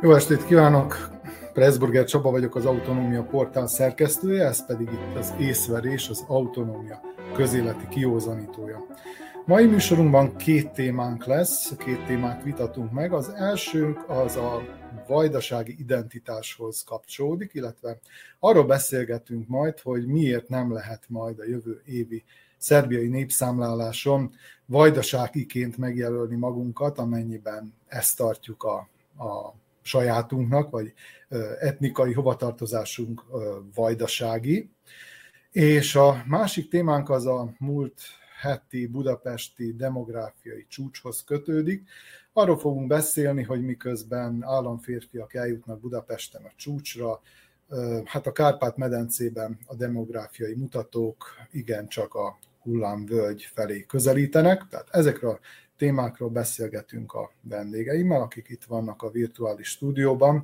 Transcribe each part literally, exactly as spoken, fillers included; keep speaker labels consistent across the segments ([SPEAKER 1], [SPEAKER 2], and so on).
[SPEAKER 1] Jó estét kívánok! Pressburger Csaba vagyok, az Autonómia portál szerkesztője, ez pedig itt az Észverés, az Autonómia közéleti kiózanítója. Mai műsorunkban két témánk lesz, két témát vitatunk meg. Az elsőnk az a vajdasági identitáshoz kapcsolódik, illetve arról beszélgetünk majd, hogy miért nem lehet majd a jövő évi szerbiai népszámláláson vajdaságiként megjelölni magunkat, amennyiben ezt tartjuk a, a sajátunknak, vagy etnikai hovatartozásunk vajdasági. És a másik témánk az a múlt heti budapesti demográfiai csúcshoz kötődik. Arról fogunk beszélni, hogy miközben államférfiak eljutnak Budapesten a csúcsra, hát a Kárpát-medencében a demográfiai mutatók igencsak a hullámvölgy felé közelítenek. Tehát ezekről a témákról beszélgetünk a vendégeimmel, akik itt vannak a virtuális stúdióban.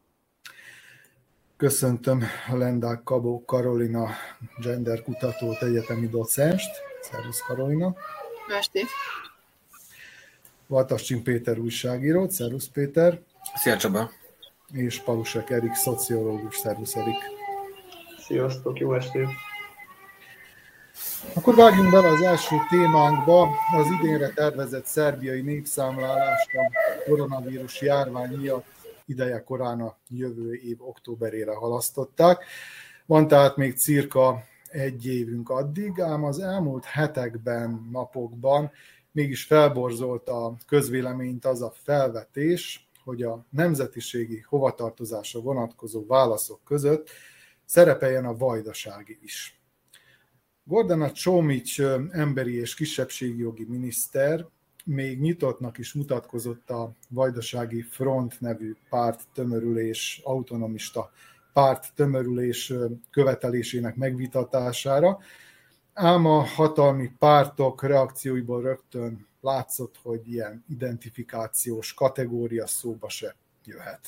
[SPEAKER 1] Köszöntöm Lendák Kabó Karolina, genderkutatót, egyetemi docenst. Szervusz Karolina.
[SPEAKER 2] Jó estét.
[SPEAKER 1] Vartascsin Péter újságírót. Szervusz Péter.
[SPEAKER 3] Szia Csaba.
[SPEAKER 1] És Palusek Erik, szociológus. Szervusz Erik.
[SPEAKER 4] Sziasztok, jó estét.
[SPEAKER 1] Akkor vágjunk bele az első témánkba. Az idénre tervezett szerbiai népszámlálást a koronavírus járvány miatt ideje korán a jövő év októberére halasztották. Van tehát még cirka egy évünk addig, ám az elmúlt hetekben, napokban mégis felborzolt a közvéleményt az a felvetés, hogy a nemzetiségi hovatartozásra vonatkozó válaszok között szerepeljen a vajdasági is. Gordana Csomics emberi és kisebbségi jogi miniszter még nyitottnak is mutatkozott a Vajdasági Front nevű párt tömörülés, autonomista párt tömörülés követelésének megvitatására, ám a hatalmi pártok reakcióiból rögtön látszott, hogy ilyen identifikációs kategória szóba se jöhet.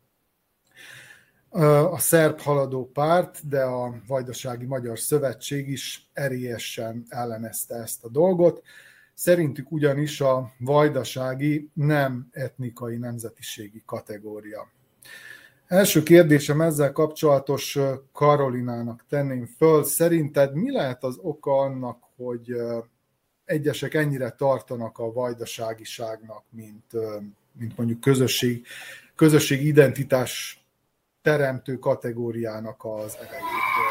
[SPEAKER 1] A szerb haladó párt, de a Vajdasági Magyar Szövetség is erélyesen ellenezte ezt a dolgot. Szerintük ugyanis a vajdasági nem etnikai nemzetiségi kategória. Első kérdésem ezzel kapcsolatos Karolinának tenném föl. Szerinted mi lehet az oka annak, hogy egyesek ennyire tartanak a vajdaságiságnak, mint, mint mondjuk közösség, közösségi identitás teremtő kategóriának az erejétől?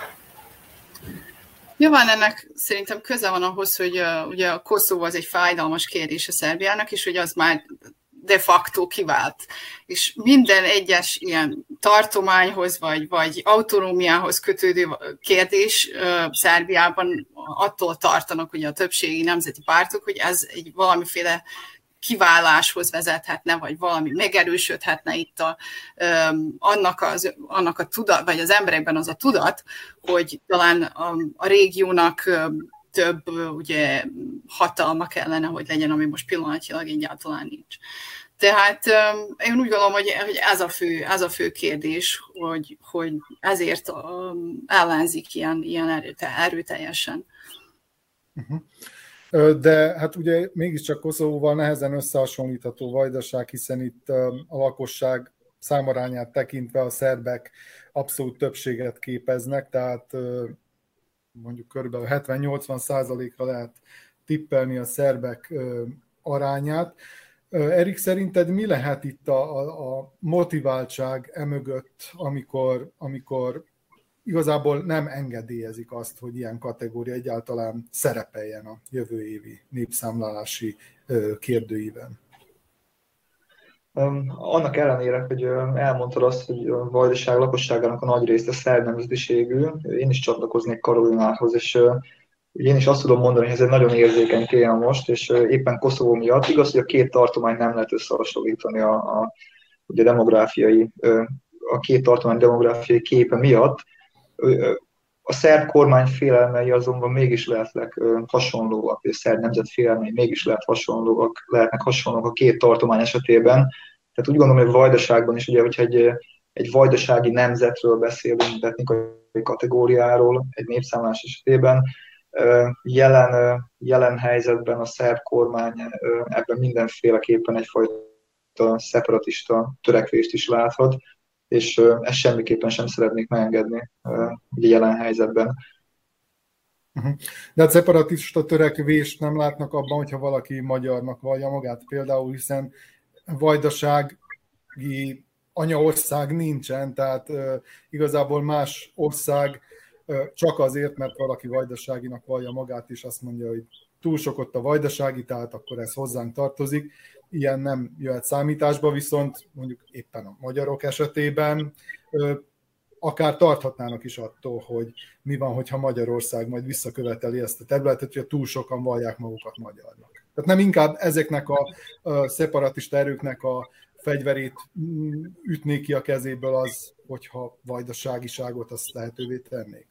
[SPEAKER 2] Nyilván ennek szerintem köze van ahhoz, hogy uh, ugye a Koszovó az egy fájdalmas kérdés a Szerbiának, és hogy az már de facto kivált. És minden egyes ilyen tartományhoz vagy, vagy autonómiához kötődő kérdés uh, Szerbiában attól tartanak ugye a többségi nemzeti pártok, hogy ez egy valamiféle kiváláshoz vezethetne, vagy valami megerősödhetne itt a, um, annak, az, annak a tudat, vagy az emberekben az a tudat, hogy talán a, a régiónak um, több uh, ugye, hatalma kellene, hogy legyen, ami most pillanatilag egyáltalán nincs. Tehát um, én úgy gondolom, hogy, hogy ez, a fő, ez a fő kérdés, hogy, hogy ezért um, ellenzik ilyen, ilyen erőte, erőteljesen.
[SPEAKER 1] Uh-huh. De hát ugye mégiscsak Koszovóval nehezen összehasonlítható Vajdaság, hiszen itt a lakosság számarányát tekintve a szerbek abszolút többséget képeznek, tehát mondjuk körülbelül hetven-nyolcvan százalékra lehet tippelni a szerbek arányát. Erik, szerinted mi lehet itt a, a motiváltság emögött, amikor, amikor igazából nem engedélyezik azt, hogy ilyen kategória egyáltalán szerepeljen a jövő évi népszámlálási kérdőíven?
[SPEAKER 4] Annak ellenére, hogy elmondtad azt, hogy a Vajdaság lakosságának a nagy része szerb nemzetiségű, én is csatlakoznék Karolinához, és én is azt tudom mondani, hogy ez egy nagyon érzékeny téma most, és éppen Koszovó miatt igaz, hogy a két tartomány nem lehet összehasonlítani a, a, ugye demográfiai, a két tartomány demográfiai képe miatt. A szerb kormány félelmei azonban mégis lehetnek hasonlóak, vagy a szerb nemzet félelmei mégis lehet hasonlóak, lehetnek hasonlóak a két tartomány esetében. Tehát úgy gondolom, hogy Vajdaságban is, ugye, hogyha egy, egy vajdasági nemzetről beszélünk, etnikai kategóriáról, egy népszámlás esetében, jelen, jelen helyzetben a szerb kormány ebben mindenféleképpen egyfajta egyfajta szeparatista törekvést is láthat, és ezt semmiképpen sem szeretnék megengedni a jelen helyzetben.
[SPEAKER 1] De a szeparatista törekvést nem látnak abban, hogyha valaki magyarnak vallja magát például, hiszen vajdasági anyaország nincsen, tehát uh, igazából más ország uh, csak azért, mert valaki vajdaságinak vallja magát, és azt mondja, hogy túl sok ott a vajdasági, tehát akkor ez hozzánk tartozik. Ilyen nem jöhet számításba, viszont mondjuk éppen a magyarok esetében uh, akár tarthatnának is attól, hogy mi van, hogyha Magyarország majd visszaköveteli ezt a területet, hogy túl sokan vallják magukat magyarnak. Tehát nem inkább ezeknek a, a szeparatista erőknek a fegyverét ütnék ki a kezéből az, hogyha vajdaságiságot azt lehetővé tennék?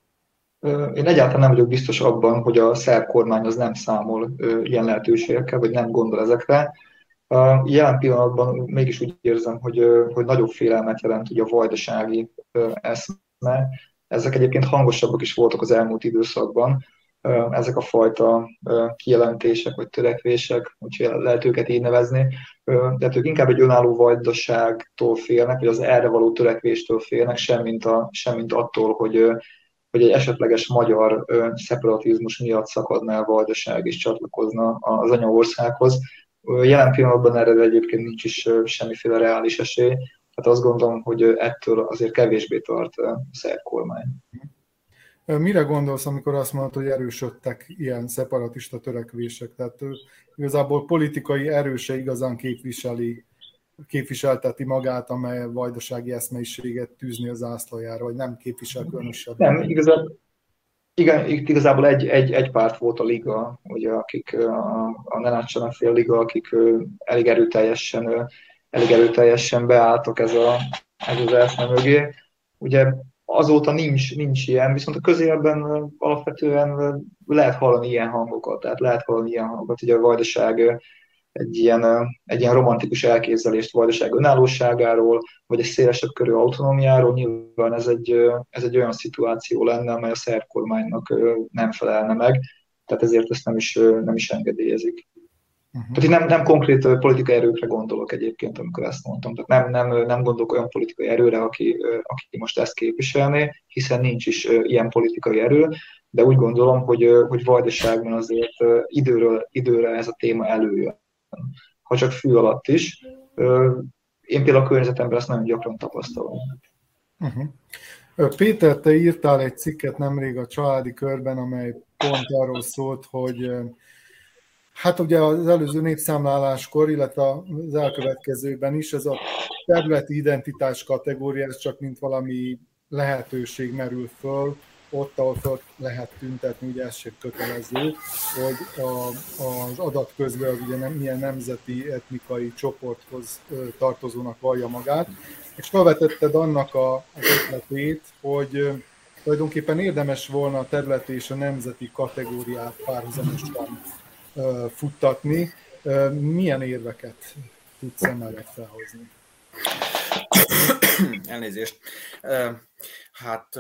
[SPEAKER 4] Én egyáltalán nem vagyok biztos abban, hogy a szerb kormány az nem számol ilyen lehetőségekkel, vagy nem gondol ezekre. Jelen pillanatban mégis úgy érzem, hogy, hogy nagyobb félelmet jelent ugye a vajdasági eszme. Ezek egyébként hangosabbak is voltak az elmúlt időszakban. Ezek a fajta kijelentések vagy törekvések, úgyhogy lehet őket így nevezni. Tehát ők inkább egy önálló vajdaságtól félnek, vagy az erre való törekvéstől félnek, semmint, a, semmint attól, hogy, hogy egy esetleges magyar szeparatizmus miatt szakadna el vajdaság és csatlakozna az anyaországhoz. Jelen pillanatban erre egyébként nincs is semmiféle reális esély, tehát azt gondolom, hogy ettől azért kevésbé tart a szerb kormány.
[SPEAKER 1] Mire gondolsz, amikor azt mondod, hogy erősödtek ilyen szeparatista törekvések? Tehát igazából politikai erőse igazán képviseli, képviselteti magát, amely vajdasági eszmeiséget tűzni az zászlajára, vagy nem képvisel különösebben?
[SPEAKER 4] Nem, igazából, igen, igazából egy, egy, egy párt volt a Liga, ugye, akik a, a Nenácsanafél Liga, akik elég erőteljesen, elég erőteljesen beálltak ez, a, ez az eszme mögé. Ugye azóta nincs, nincs ilyen, viszont a közélben alapvetően lehet hallani ilyen hangokat, tehát lehet hallani ilyen hangokat, ugye a vajdaság egy ilyen, egy ilyen romantikus elképzelést vajdaság önállóságáról, vagy egy szélesebb körű autonómiáról, nyilván ez egy, ez egy olyan szituáció lenne, amely a szerb kormánynak nem felelne meg, tehát ezért ezt nem is, nem is engedélyezik. Uh-huh. Tehát én nem, nem konkrét politikai erőkre gondolok egyébként, amikor ezt mondtam. Tehát nem, nem, nem gondolok olyan politikai erőre, aki, aki most ezt képviselné, hiszen nincs is ilyen politikai erő, de úgy gondolom, hogy, hogy Vajdaságban azért időről időre ez a téma előjön. Ha csak fű alatt is. Én például a környezetemben ezt nagyon gyakran tapasztalom.
[SPEAKER 1] Uh-huh. Péter, te írtál egy cikket nemrég a Családi Körben, amely pont arról szólt, hogy hát ugye az előző népszámláláskor, illetve az elkövetkezőben is ez a területi identitás kategória, ez csak mint valami lehetőség merül föl, ott, ahol föl lehet tüntetni, ugye ez sem kötelező, hogy a, az adat közben az ugye nem, milyen nemzeti, etnikai csoporthoz tartozónak vallja magát, és felvetetted annak a, az ötletét, hogy tulajdonképpen érdemes volna a területi és a nemzeti kategóriát párhuzamosan futtatni. Milyen érveket tudsz emellett felhozni?
[SPEAKER 3] Elnézést. Hát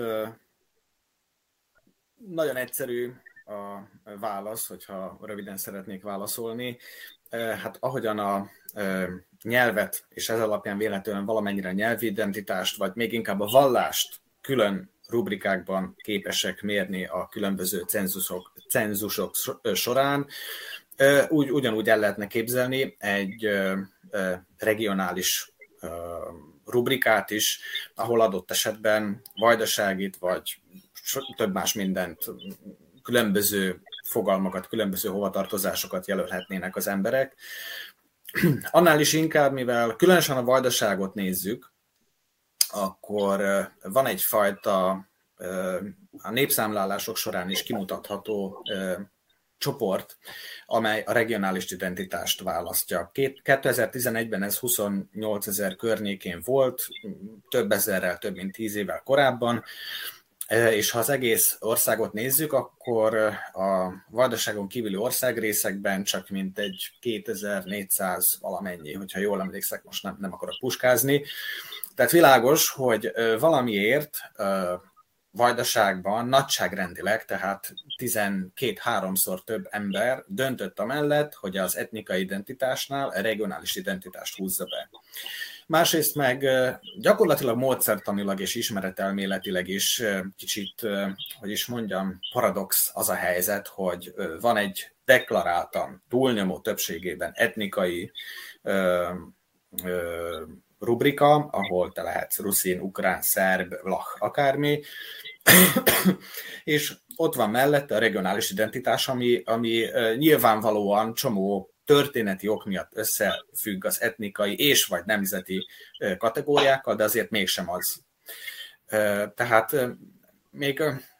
[SPEAKER 3] nagyon egyszerű a válasz, hogyha röviden szeretnék válaszolni. Hát ahogyan a nyelvet, és ez alapján véletlenül valamennyire a nyelvi identitást, vagy még inkább a vallást külön rubrikákban képesek mérni a különböző cenzusok, cenzusok során, úgy, ugyanúgy el lehetne képzelni egy regionális rubrikát is, ahol adott esetben vajdaságit, vagy több más mindent, különböző fogalmakat, különböző hovatartozásokat jelölhetnének az emberek. Annál is inkább, mivel különösen a vajdaságot nézzük, akkor van egyfajta a népszámlálások során is kimutatható csoport, amely a regionális identitást választja. kétezer-tizenegyben ez huszonnyolcezer környékén volt, több ezerrel, több mint tíz évvel korábban, és ha az egész országot nézzük, akkor a Vajdaságon kívüli országrészekben csak mintegy kétezer-négyszáz valamennyi, hogyha jól emlékszek, most nem, nem akarok puskázni. Tehát világos, hogy valamiért Vajdaságban nagyságrendileg, tehát tizenkét-háromszor több ember döntött amellett, hogy az etnikai identitásnál a regionális identitást húzza be. Másrészt meg gyakorlatilag módszertanilag és ismeretelméletileg is kicsit, hogy is mondjam, paradox az a helyzet, hogy van egy deklaráltan túlnyomó többségében etnikai ö, ö, rubrika, ahol te lehetsz ruszin, ukrán, szerb, vlach, akármi, és ott van mellette a regionális identitás, ami, ami nyilvánvalóan csomó történeti ok miatt összefügg az etnikai és vagy nemzeti kategóriákkal, de azért mégsem az. Tehát még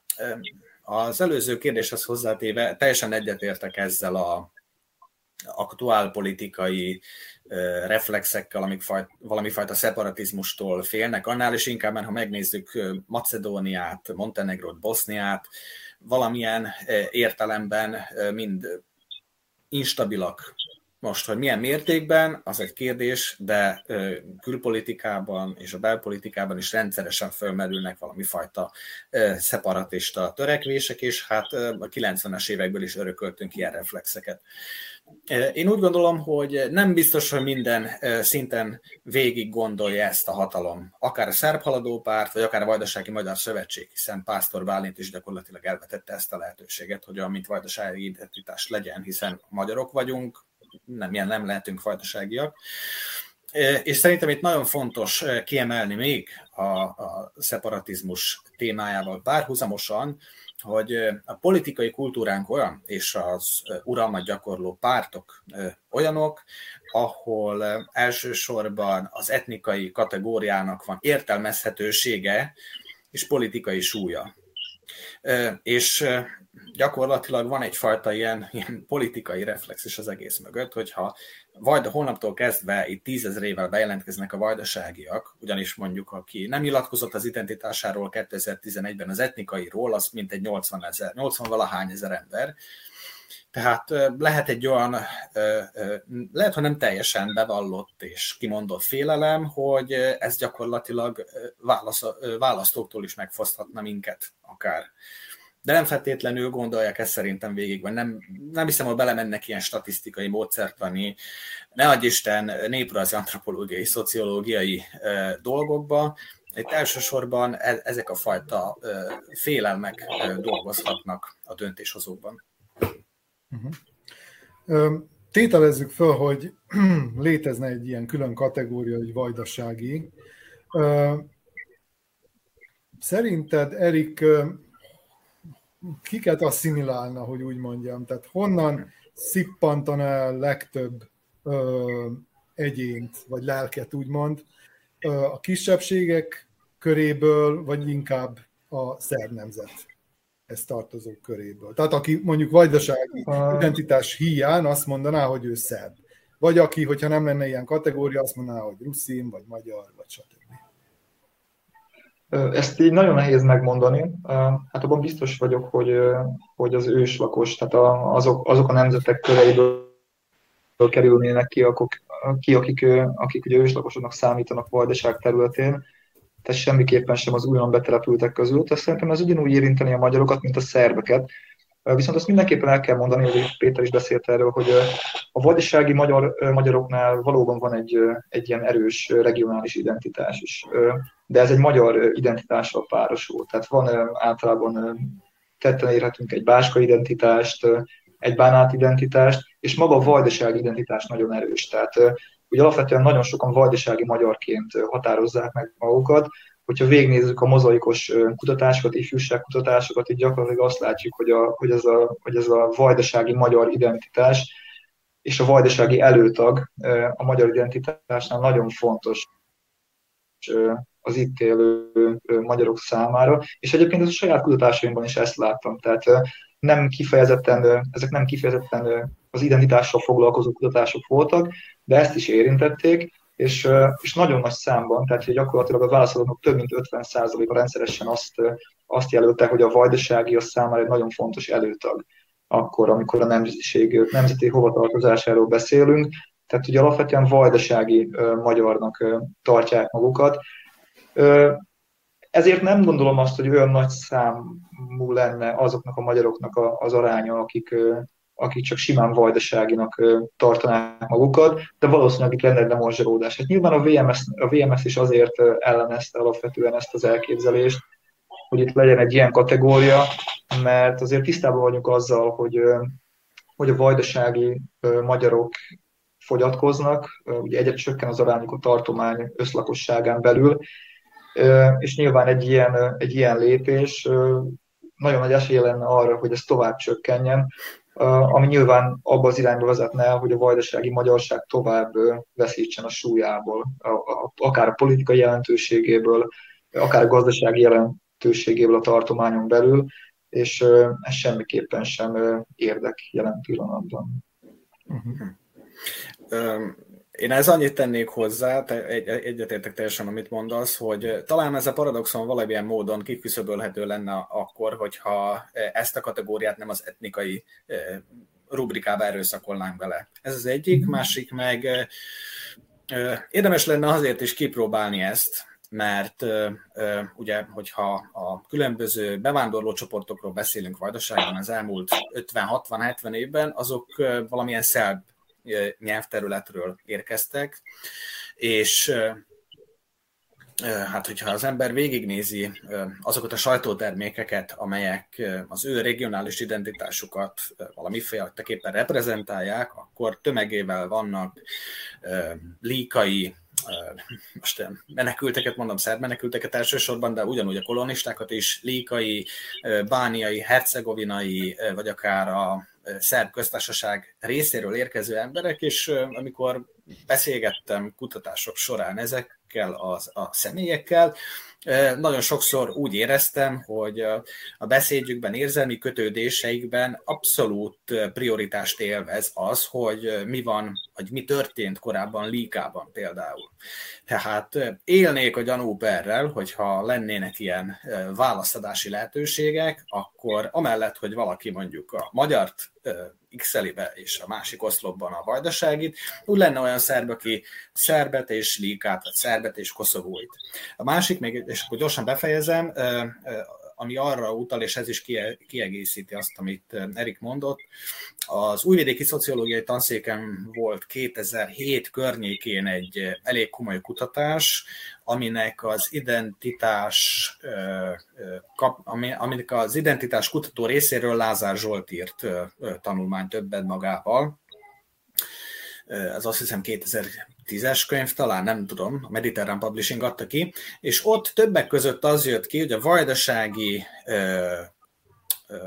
[SPEAKER 3] az előző kérdéshez hozzátéve teljesen egyetértek ezzel a aktuál politikai reflexekkel, amik faj, valami fajta szeparatizmustól félnek. Annál is inkább, mert ha megnézzük Macedóniát, Montenegrót, Boszniát, valamilyen értelemben mind instabilak. Most, hogy milyen mértékben, az egy kérdés, de külpolitikában és a belpolitikában is rendszeresen fölmerülnek valami fajta szeparatista törekvések, és hát a kilencvenes évekből is örököltünk ilyen reflexeket. Én úgy gondolom, hogy nem biztos, hogy minden szinten végig gondolja ezt a hatalom. Akár a Szerb Haladó Párt, vagy akár a Vajdasági Magyar Szövetség, hiszen Pásztor Bálint is gyakorlatilag elvetette ezt a lehetőséget, hogy amint vajdasági identitás legyen, hiszen magyarok vagyunk, nem, ilyen nem lehetünk vajdaságiak. És szerintem itt nagyon fontos kiemelni még a, a szeparatizmus témájával párhuzamosan, hogy a politikai kultúránk olyan, és az uralmat gyakorló pártok olyanok, ahol elsősorban az etnikai kategóriának van értelmezhetősége és politikai súlya. És gyakorlatilag van egyfajta ilyen, ilyen politikai reflex is az egész mögött, hogyha Vajda holnaptól kezdve itt tízezrével bejelentkeznek a vajdaságiak, ugyanis mondjuk, aki nem nyilatkozott az identitásáról kétezer-tizenegyben az etnikairól, az mintegy nyolcvan ezer, nyolcvan-valahány ezer ember. Tehát lehet egy olyan, lehet, hogy nem teljesen bevallott és kimondott félelem, hogy ez gyakorlatilag választóktól is megfoszthatna minket akár. De nem feltétlenül gondolják ezt szerintem végig, vagy nem, nem hiszem, hogy belemennek ilyen statisztikai, módszertani, ne adj Isten, néprajzi, antropológiai, szociológiai e, dolgokba. Itt elsősorban e, ezek a fajta e, félelmek e, dolgozhatnak a döntéshozókban.
[SPEAKER 1] Uh-huh. Tételezzük föl, hogy létezne egy ilyen külön kategória, hogy vajdasági. Szerinted, Erik, kiket asszimilálna, hogy úgy mondjam? Tehát honnan szippantana el legtöbb ö, egyént, vagy lelket, úgymond, ö, a kisebbségek köréből, vagy inkább a szerb nemzethez tartozók köréből? Tehát aki mondjuk vajdasági identitás híján azt mondaná, hogy ő szerb. Vagy aki, hogyha nem lenne ilyen kategória, azt mondaná, hogy ruszin, vagy magyar, vagy stb.
[SPEAKER 4] Ezt így nagyon nehéz megmondani. Hát abban biztos vagyok, hogy, hogy az őslakos, tehát azok, azok a nemzetek köreiből kerülnének ki, ki akik, akik ugye őslakosoknak számítanak Vajdaság területén, tehát semmiképpen sem az újonnan betelepültek közül. Tehát szerintem ez ugyanúgy érinteni a magyarokat, mint a szerbeket. Viszont azt mindenképpen el kell mondani, hogy Péter is beszélt erről, hogy a vajdasági magyar, magyaroknál valóban van egy, egy ilyen erős regionális identitás is. De ez egy magyar identitással párosul. Tehát van általában, tetten érhetünk egy báska identitást, egy bánát identitást, és maga a vajdasági identitás nagyon erős. Tehát ugye alapvetően nagyon sokan vajdasági magyarként határozzák meg magukat. Hogyha végignézzük a mozaikos kutatásokat, ifjúságkutatásokat, így gyakorlatilag azt látjuk, hogy, a, hogy, ez a, hogy ez a vajdasági magyar identitás és a vajdasági előtag a magyar identitásnál nagyon fontos az itt élő magyarok számára, és egyébként ez a saját kutatásaimban is ezt láttam, tehát nem kifejezetten, ezek nem kifejezetten az identitással foglalkozó kutatások voltak, de ezt is érintették, és, és nagyon nagy számban, tehát gyakorlatilag a válaszadóknak több mint ötven százaléka rendszeresen azt, azt jelölte, hogy a vajdasági a számára egy nagyon fontos előtag, akkor, amikor a nemzetiség, nemzeti hovatartozásáról beszélünk, tehát ugye alapvetően vajdasági uh, magyarnak uh, tartják magukat. Uh, ezért nem gondolom azt, hogy olyan nagy számú lenne azoknak a magyaroknak az aránya, akik, akik csak simán vajdaságinak tartanák magukat, de valószínűleg itt lenne egy lemorzsolódás. Hát nyilván a vé em es, a vé em es is azért ellenezte alapvetően ezt az elképzelést, hogy itt legyen egy ilyen kategória, mert azért tisztában vagyunk azzal, hogy, hogy a vajdasági magyarok fogyatkoznak, ugye egyre csökken az arányuk a tartomány összlakosságán belül, és nyilván egy ilyen, egy ilyen lépés nagyon nagy esélye lenne arra, hogy ez tovább csökkenjen, ami nyilván abba az irányba vezetne, hogy a vajdasági magyarság tovább veszítsen a súlyából, akár a politikai jelentőségéből, akár a gazdasági jelentőségéből a tartományon belül, és ez semmiképpen sem érdek jelen pillanatban.
[SPEAKER 3] Uh-huh. Én ez annyit tennék hozzá, te egy, egyetértek teljesen, amit mondasz, hogy talán ez a paradoxon valamilyen módon kiküszöbölhető lenne akkor, hogyha ezt a kategóriát nem az etnikai rubrikába erőszakolnánk bele. Ez az egyik, másik meg érdemes lenne azért is kipróbálni ezt, mert ugye, hogyha a különböző bevándorló csoportokról beszélünk Vajdaságban az elmúlt ötven hatvan hetven évben, azok valamilyen szerb nyelvterületről érkeztek, és hát, hogyha az ember végignézi azokat a sajtótermékeket, amelyek az ő regionális identitásukat valamiféleképpen reprezentálják, akkor tömegével vannak líkai, most menekülteket mondom, szerb menekülteket elsősorban, de ugyanúgy a kolonistákat is, líkai, bániai, hercegovinai, vagy akár a szerb köztársaság részéről érkező emberek, és amikor beszélgettem kutatások során ezekkel az, a személyekkel, nagyon sokszor úgy éreztem, hogy a beszédjükben, érzelmi kötődéseikben abszolút prioritást élvez az, hogy mi van, vagy mi történt korábban Líkában például. Tehát élnék a gyanúperrel, hogyha lennének ilyen választadási lehetőségek, akkor amellett, hogy valaki mondjuk a magyart x-eli be, és a másik oszlopban a vajdaságit, úgy lenne olyan szerb, aki szerbet és líkát, vagy szerbet és koszovóit. A másik, még, és akkor gyorsan befejezem, ami arra utal, és ez is kiegészíti azt, amit Erik mondott. Az újvidéki szociológiai tanszéken volt kétezer-hét környékén egy elég komoly kutatás, aminek az identitás, aminek az identitás kutató részéről Lázár Zsolt írt tanulmány többet magával. Ez azt hiszem kétezer-tízes könyv, talán nem tudom, a Mediterrán Publishing adta ki, és ott többek között az jött ki, hogy a vajdasági ö, ö,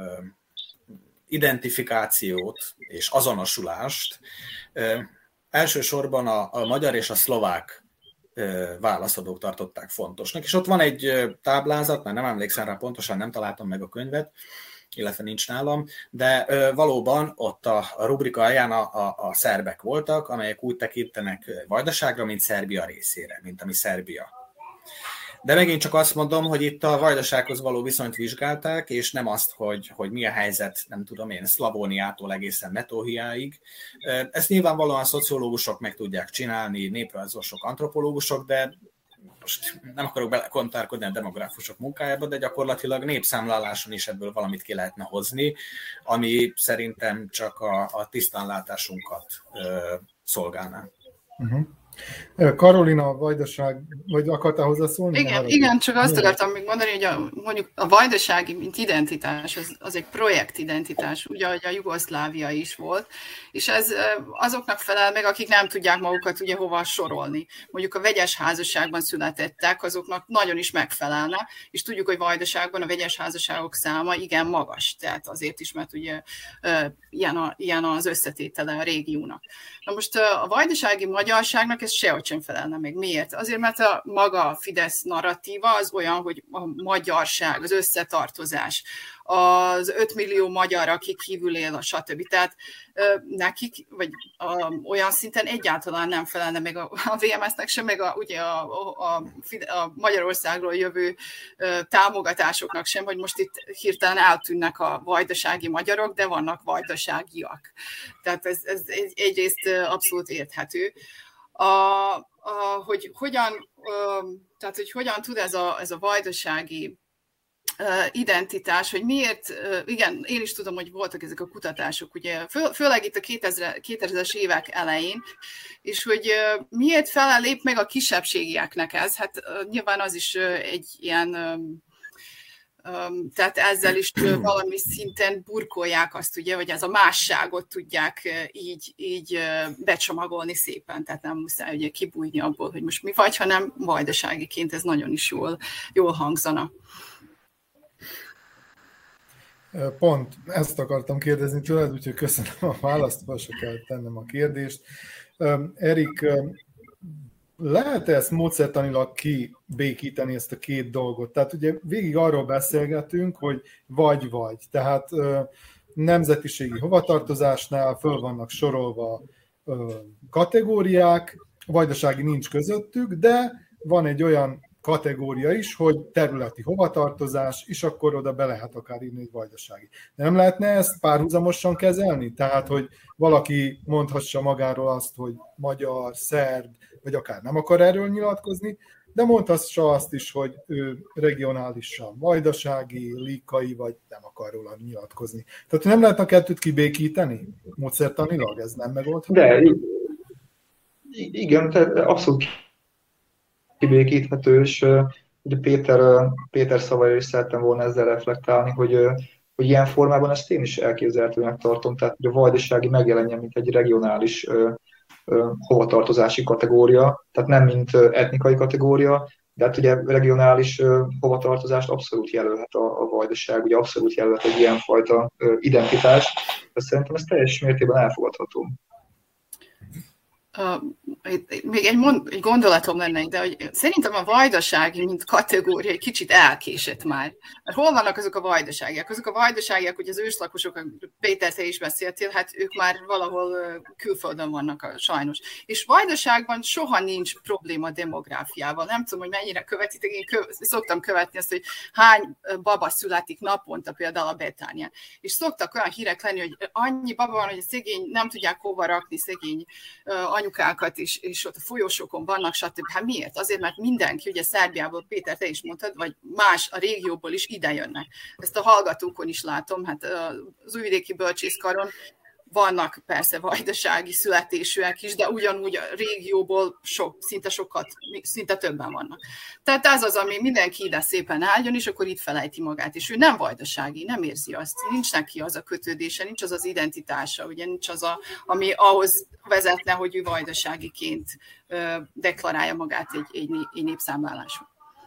[SPEAKER 3] identifikációt és azonosulást ö, elsősorban a, a magyar és a szlovák ö, válaszadók tartották fontosnak. És ott van egy táblázat, már nem emlékszem rá pontosan, nem találtam meg a könyvet, illetve nincs nálam, de ö, valóban ott a, a rubrika alján a, a, a szerbek voltak, amelyek úgy tekintenek Vajdaságra, mint Szerbia részére, mint ami Szerbia. De megint csak azt mondom, hogy itt a Vajdasághoz való viszonyt vizsgálták, és nem azt, hogy, hogy mi a helyzet, nem tudom én, Szlavóniától egészen Metóhiáig. Ezt nyilvánvalóan szociológusok meg tudják csinálni, néprajzosok, antropológusok, de most nem akarok belekontárkodni a demográfusok munkájába, de gyakorlatilag népszámláláson is ebből valamit ki lehetne hozni, ami szerintem csak a, a tisztánlátásunkat ö, szolgálná.
[SPEAKER 1] Uh-huh. Karolina, a Vajdaság, vagy akartál hozzászólni?
[SPEAKER 2] Igen, igen, csak azt akartam még mondani, hogy a, mondjuk a vajdasági, mint identitás, az, az egy projektidentitás, ugye, ahogy a Jugoszlávia is volt, és ez azoknak felel meg, akik nem tudják magukat ugye hova sorolni. Mondjuk a vegyes házasságban születettek, azoknak nagyon is megfelelne, és tudjuk, hogy Vajdaságban a vegyes házasságok száma igen magas, tehát azért is, mert ugye ilyen, a, ilyen az összetétele a régiónak. Na most a vajdasági magyarságnak ez sehogy sem felelne meg. Miért? Azért, mert a maga a Fidesz narratíva az olyan, hogy a magyarság, az összetartozás, az öt millió magyar, aki kívül él, a stb. Tehát nekik, vagy a, olyan szinten egyáltalán nem felelne meg a, a vé em es-nek sem, meg a, ugye a, a, a Magyarországról jövő támogatásoknak sem, hogy most itt hirtelen eltűnnek a vajdasági magyarok, de vannak vajdaságiak. Tehát ez, ez egy, egyrészt abszolút érthető. a, a, hogy hogyan, tehát hogy hogyan tud ez a, ez a vajdasági identitás, hogy miért, igen, én is tudom, hogy voltak ezek a kutatások, ugye, fő, főleg itt a kétezres évek elején, és hogy miért felelép meg a kisebbségieknek ez, hát nyilván az is egy ilyen, tehát ezzel is valami szinten burkolják azt, ugye, hogy ez a másságot tudják így, így becsomagolni szépen, tehát nem muszáj ugye kibújni abból, hogy most mi vagy, hanem vajdaságiként ez nagyon is jól, jól hangzana.
[SPEAKER 1] Pont ezt akartam kérdezni tőled, úgyhogy köszönöm a választ, fel se kell tennem a kérdést. Erik, lehet-e ezt módszertanilag kibékíteni, ezt a két dolgot? Tehát ugye végig arról beszélgetünk, hogy vagy-vagy. Tehát nemzetiségi hovatartozásnál föl vannak sorolva kategóriák, vajdasági nincs közöttük, de van egy olyan kategória is, hogy területi hovatartozás, és akkor oda be lehet akár írni, hogy vajdasági. De nem lehetne ezt párhuzamosan kezelni? Tehát, hogy valaki mondhassa magáról azt, hogy magyar, szerb, vagy akár nem akar erről nyilatkozni, de mondhassa azt is, hogy ő regionálisan vajdasági, likai, vagy nem akar róla nyilatkozni. Tehát nem lehetne a kettőt kibékíteni? Módszertanilag ez nem megoldható?
[SPEAKER 4] De igen, tehát abszolút kibékíthető, és ugye Péter, Péter szavaira is szerettem volna ezzel reflektálni, hogy, hogy ilyen formában ezt én is elképzelhetőnek tartom, tehát hogy a vajdasági megjelenjen, mint egy regionális hovatartozási kategória, tehát nem mint etnikai kategória, de hát ugye regionális hovatartozást abszolút jelölhet a, a vajdaság, ugye abszolút jelölhet egy ilyenfajta identitást, de szerintem ez teljes mértékben elfogadható.
[SPEAKER 2] Uh, még egy, mond, egy gondolatom lenne, de hogy szerintem a vajdasági, mint kategória egy kicsit elkésett már. Mert hol vannak azok a vajdaságiak? Azok a vajdaságiak, hogy az őslakosok, Péter, te is beszéltél, hát ők már valahol külföldön vannak sajnos. És vajdaságban soha nincs probléma demográfiával. Nem tudom, hogy mennyire követitek, én kö, szoktam követni azt, hogy hány baba születik naponta például a Betánián. És szoktak olyan hírek lenni, hogy annyi baba van, hogy a szegény nem tudják hova rakni, szegény anyukákat is, és ott a folyosókon vannak, stb. Hát miért? Azért, mert mindenki, ugye Szerbiából, Péter, te is mondtad, vagy más a régióból is ide jönnek. Ezt a hallgatókon is látom, hát az Újvidéki Bölcsészkaron vannak persze vajdasági születésűek is, de ugyanúgy a régióból sok, szinte sokat, szinte többen vannak. Tehát ez az, ami mindenki ide szépen álljon, és akkor itt felejti magát, és ő nem vajdasági, nem érzi azt, nincs neki az a kötődése, nincs az az identitása, ugye nincs az, a, ami ahhoz vezetne, hogy ő vajdaságiként ö, deklarálja magát egy, egy, egy népszámláláson.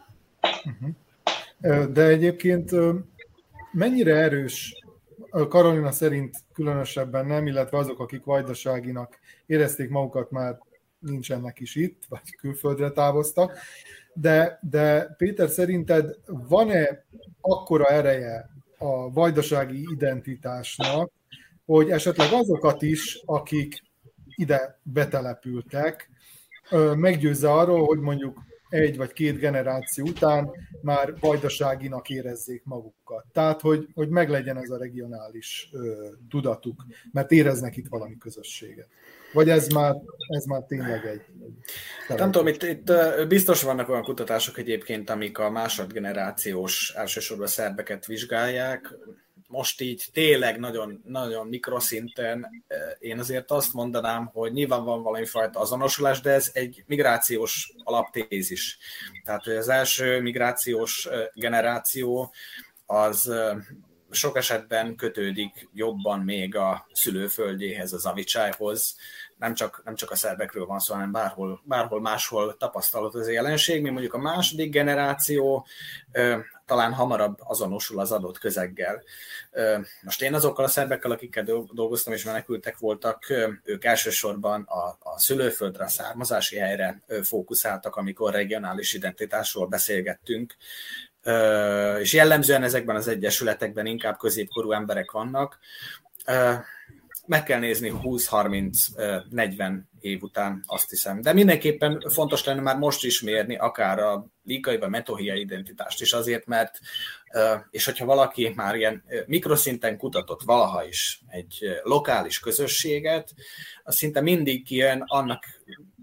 [SPEAKER 1] De egyébként mennyire erős, Karolina szerint különösebben nem, illetve azok, akik vajdaságinak érezték magukat, már nincsenek is itt, vagy külföldre távoztak, de, de Péter, szerinted van-e akkora ereje a vajdasági identitásnak, hogy esetleg azokat is, akik ide betelepültek, meggyőzze arról, hogy mondjuk egy vagy két generáció után már vajdaságinak érezzék magukat. Tehát, hogy, hogy meglegyen ez a regionális ö, tudatuk, mert éreznek itt valami közösséget. Vagy ez már, ez már tényleg egy... egy
[SPEAKER 3] Nem tudom, itt, itt biztos vannak olyan kutatások egyébként, amik a másodgenerációs, elsősorban szerbeket vizsgálják. Most így tényleg nagyon, nagyon mikroszinten én azért azt mondanám, hogy nyilván van valami fajta azonosulás, de ez egy migrációs alaptézis. Tehát az első migrációs generáció az sok esetben kötődik jobban még a szülőföldjéhez, az avicsájhoz. Nem csak, nem csak a szerbekről van szó, hanem bárhol, bárhol máshol tapasztalható ez a jelenség, mi mondjuk a második generáció ö, talán hamarabb azonosul az adott közeggel. Ö, most én azokkal a szerbekkel, akikkel dolgoztam és menekültek voltak, ö, ők elsősorban a, a szülőföldre, a származási helyre ö, fókuszáltak, amikor regionális identitásról beszélgettünk. Uh, és jellemzően ezekben az egyesületekben inkább középkorú emberek vannak. Uh, meg kell nézni húsz-harminc-negyven év után, azt hiszem. De mindenképpen fontos lenne már most is mérni akár a likai vagy metohiai identitást is azért, mert uh, és hogyha valaki már ilyen mikroszinten kutatott valaha is egy lokális közösséget, az szinte mindig kijön annak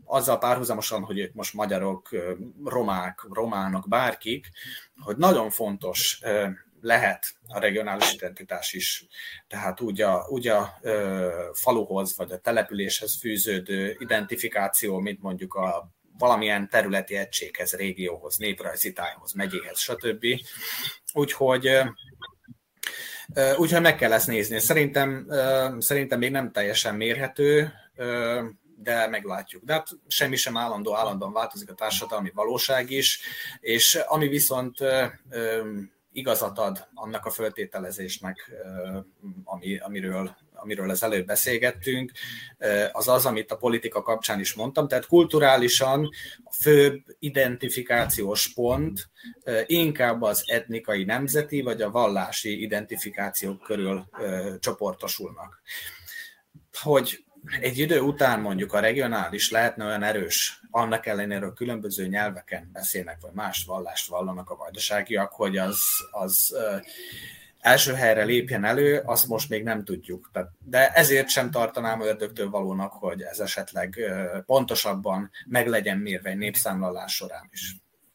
[SPEAKER 3] azzal párhuzamosan, hogy ők most magyarok, romák, románok, bárkik, hogy nagyon fontos lehet a regionális identitás is. Tehát úgy a, úgy a ö, faluhoz vagy a településhez fűződő identifikáció, mint mondjuk a valamilyen területi egységhez, régióhoz, néprajzi tájhoz, megyéhez, stb. Úgyhogy, úgyhogy meg kell ezt nézni. Szerintem, szerintem még nem teljesen mérhető, de meglátjuk. De hát semmi sem állandó, állandóan változik a társadalmi valóság is, és ami viszont igazat ad annak a föltételezésnek, ami, amiről, amiről az előbb beszélgettünk, az az, amit a politika kapcsán is mondtam, tehát kulturálisan a főbb identifikációs pont inkább az etnikai, nemzeti vagy a vallási identifikációk körül csoportosulnak. Hogy egy idő után mondjuk a regionális lehetne olyan erős, annak ellenére, hogy különböző nyelveken beszélnek, vagy más vallást vallanak a vajdaságiak, hogy az, az uh, első helyre lépjen elő, azt most még nem tudjuk. De ezért sem tartanám ördögtől valónak, hogy ez esetleg uh, pontosabban meg legyen mérve egy népszámlálás során is.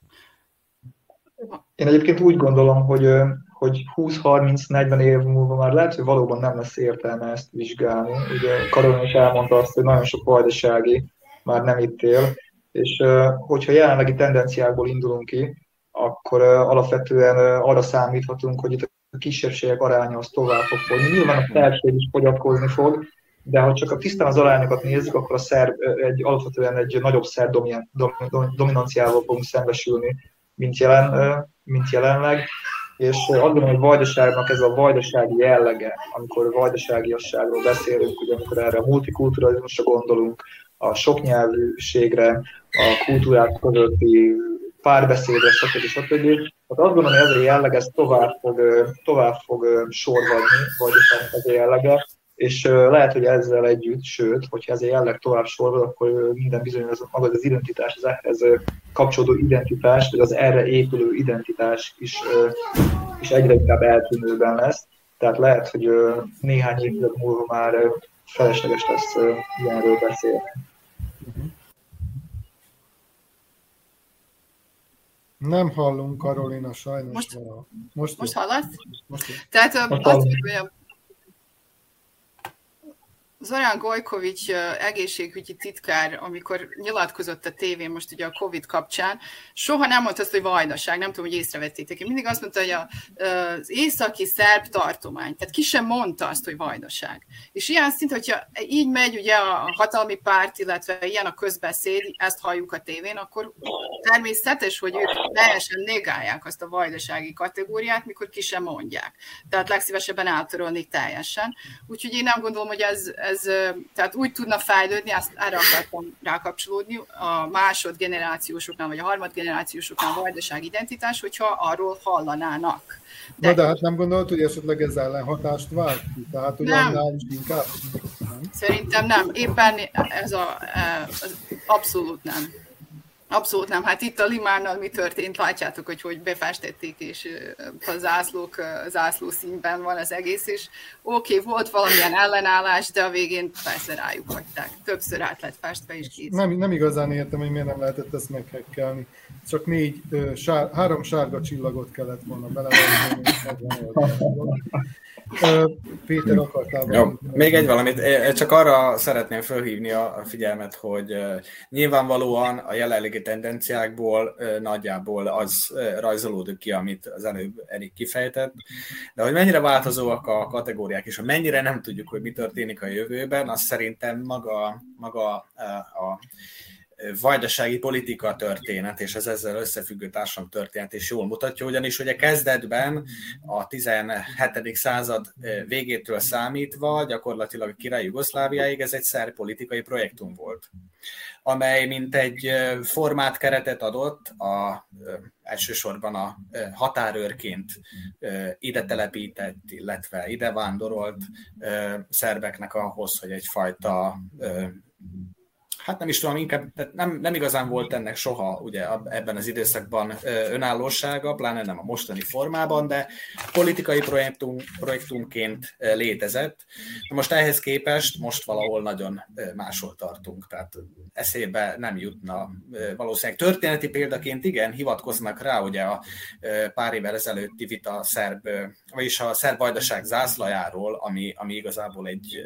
[SPEAKER 4] Én egyébként úgy gondolom, hogy, hogy húsz-harminc-negyven év múlva már lehet, hogy valóban nem lesz értelme ezt vizsgálni. Ugye Karolina is elmondta azt, hogy nagyon sok vajdasági már nem itt él, és hogyha jelenlegi tendenciákból indulunk ki, akkor alapvetően arra számíthatunk, hogy itt a kisebbségek aránya az tovább fog fogyni. Nyilván a szerbség is fogyatkozni fog, de ha csak a tisztán az arányokat nézzük, akkor a szerb egy, alapvetően egy nagyobb szerb dominanciával fogunk szembesülni, mint, jelen, mint jelenleg, és azt gondolom, hogy vajdaságnak ez a vajdasági jellege, amikor vajdaságiasságról beszélünk, ugye amikor erre a multikulturalizmusra gondolunk, a soknyelvűségre, a kultúrák közötti párbeszédre, stb. stb. Hát azt gondolom, hogy ez a jelleg ez tovább fog, tovább fog sorvadni, vajdaságnak ez a jellege, és lehet, hogy ezzel együtt, sőt, hogyha ez a jelleg tovább sorvad, akkor minden bizony az, maga az identitás, az ehhez kapcsolódó identitás, vagy az erre épülő identitás is, is egyre inkább eltűnőben lesz. Tehát lehet, hogy néhány évtized múlva már felesleges lesz ilyenről beszélni.
[SPEAKER 1] Nem hallunk, Karolina, sajnos.
[SPEAKER 2] Most,
[SPEAKER 1] most,
[SPEAKER 2] most hallasz?
[SPEAKER 1] Most
[SPEAKER 2] Tehát
[SPEAKER 4] most
[SPEAKER 2] azt mondja, Zoran Gojkovics egészségügyi titkár, amikor nyilatkozott a tévén most ugye a Covid kapcsán, soha nem mondta azt, hogy vajdaság, nem tudom, hogy észrevettétek. Én mindig azt mondta, hogy a, az északi szerb tartomány, tehát ki sem mondta azt, hogy vajdaság. És ilyen szint, hogyha így megy ugye a hatalmi párt, illetve ilyen a közbeszéd, ezt halljuk a tévén, akkor természetes, hogy ők teljesen negálják azt a vajdasági kategóriát, mikor ki sem mondják. Tehát legszívesebben eltörölnék teljesen. Úgyhogy én nem gondolom, hogy ez, ez Ez, tehát úgy tudna fejlődni, azt erre akartam rákapcsolódni, a másodgenerációsoknál, vagy a harmadgenerációsoknál a vajdaság identitás, hogyha arról hallanának.
[SPEAKER 1] De, Na de hát nem gondolt, hogy esetleg ez ellenhatást vált ki? Tehát ugyannál is inkább? Nem?
[SPEAKER 2] Szerintem nem. Éppen ez a, az abszolút nem. Abszolút nem. Hát itt a Limánnal mi történt, látjátok, hogy hogy befestették, és a zászlók, zászló színben van az egész, és oké, okay, volt valamilyen ellenállás, de a végén persze rájuk hagyták. Többször át lett festve, és kész.
[SPEAKER 1] Nem, nem igazán értem, hogy miért nem lehetett ezt meghekkelni. Csak négy, sár, három sárga csillagot kellett volna belevenni. Péter, akartál
[SPEAKER 3] valamit? Még egy valamit. Csak arra szeretném felhívni a figyelmet, hogy nyilvánvalóan a jelenlegi tendenciákból nagyjából az rajzolódik ki, amit az előbb Erik kifejtett, de hogy mennyire változóak a kategóriák, és hogy mennyire nem tudjuk, hogy mi történik a jövőben, az szerintem maga, maga a vajdasági politika történet, és az ezzel összefüggő társadalom történet is jól mutatja, ugyanis hogy a kezdetben a tizenhetedik század végétől számítva gyakorlatilag a király Jugoszláviáig ez egy szerb politikai projektum volt, amely mint egy formát, keretet adott a, elsősorban a határőrként ide telepített, illetve ide vándorolt szerbeknek ahhoz, hogy egyfajta hát nem is tudom, inkább nem, nem igazán volt ennek soha ugye ebben az időszakban önállósága, pláne nem a mostani formában, de politikai projektunk, projektunkként létezett. Most ehhez képest most valahol nagyon máshol tartunk, tehát eszébe nem jutna valószínűleg. Történeti példaként igen, hivatkoznak rá ugye a pár évvel ezelőtti vita szerb, vagyis a szerb vajdaság zászlajáról, ami, ami igazából egy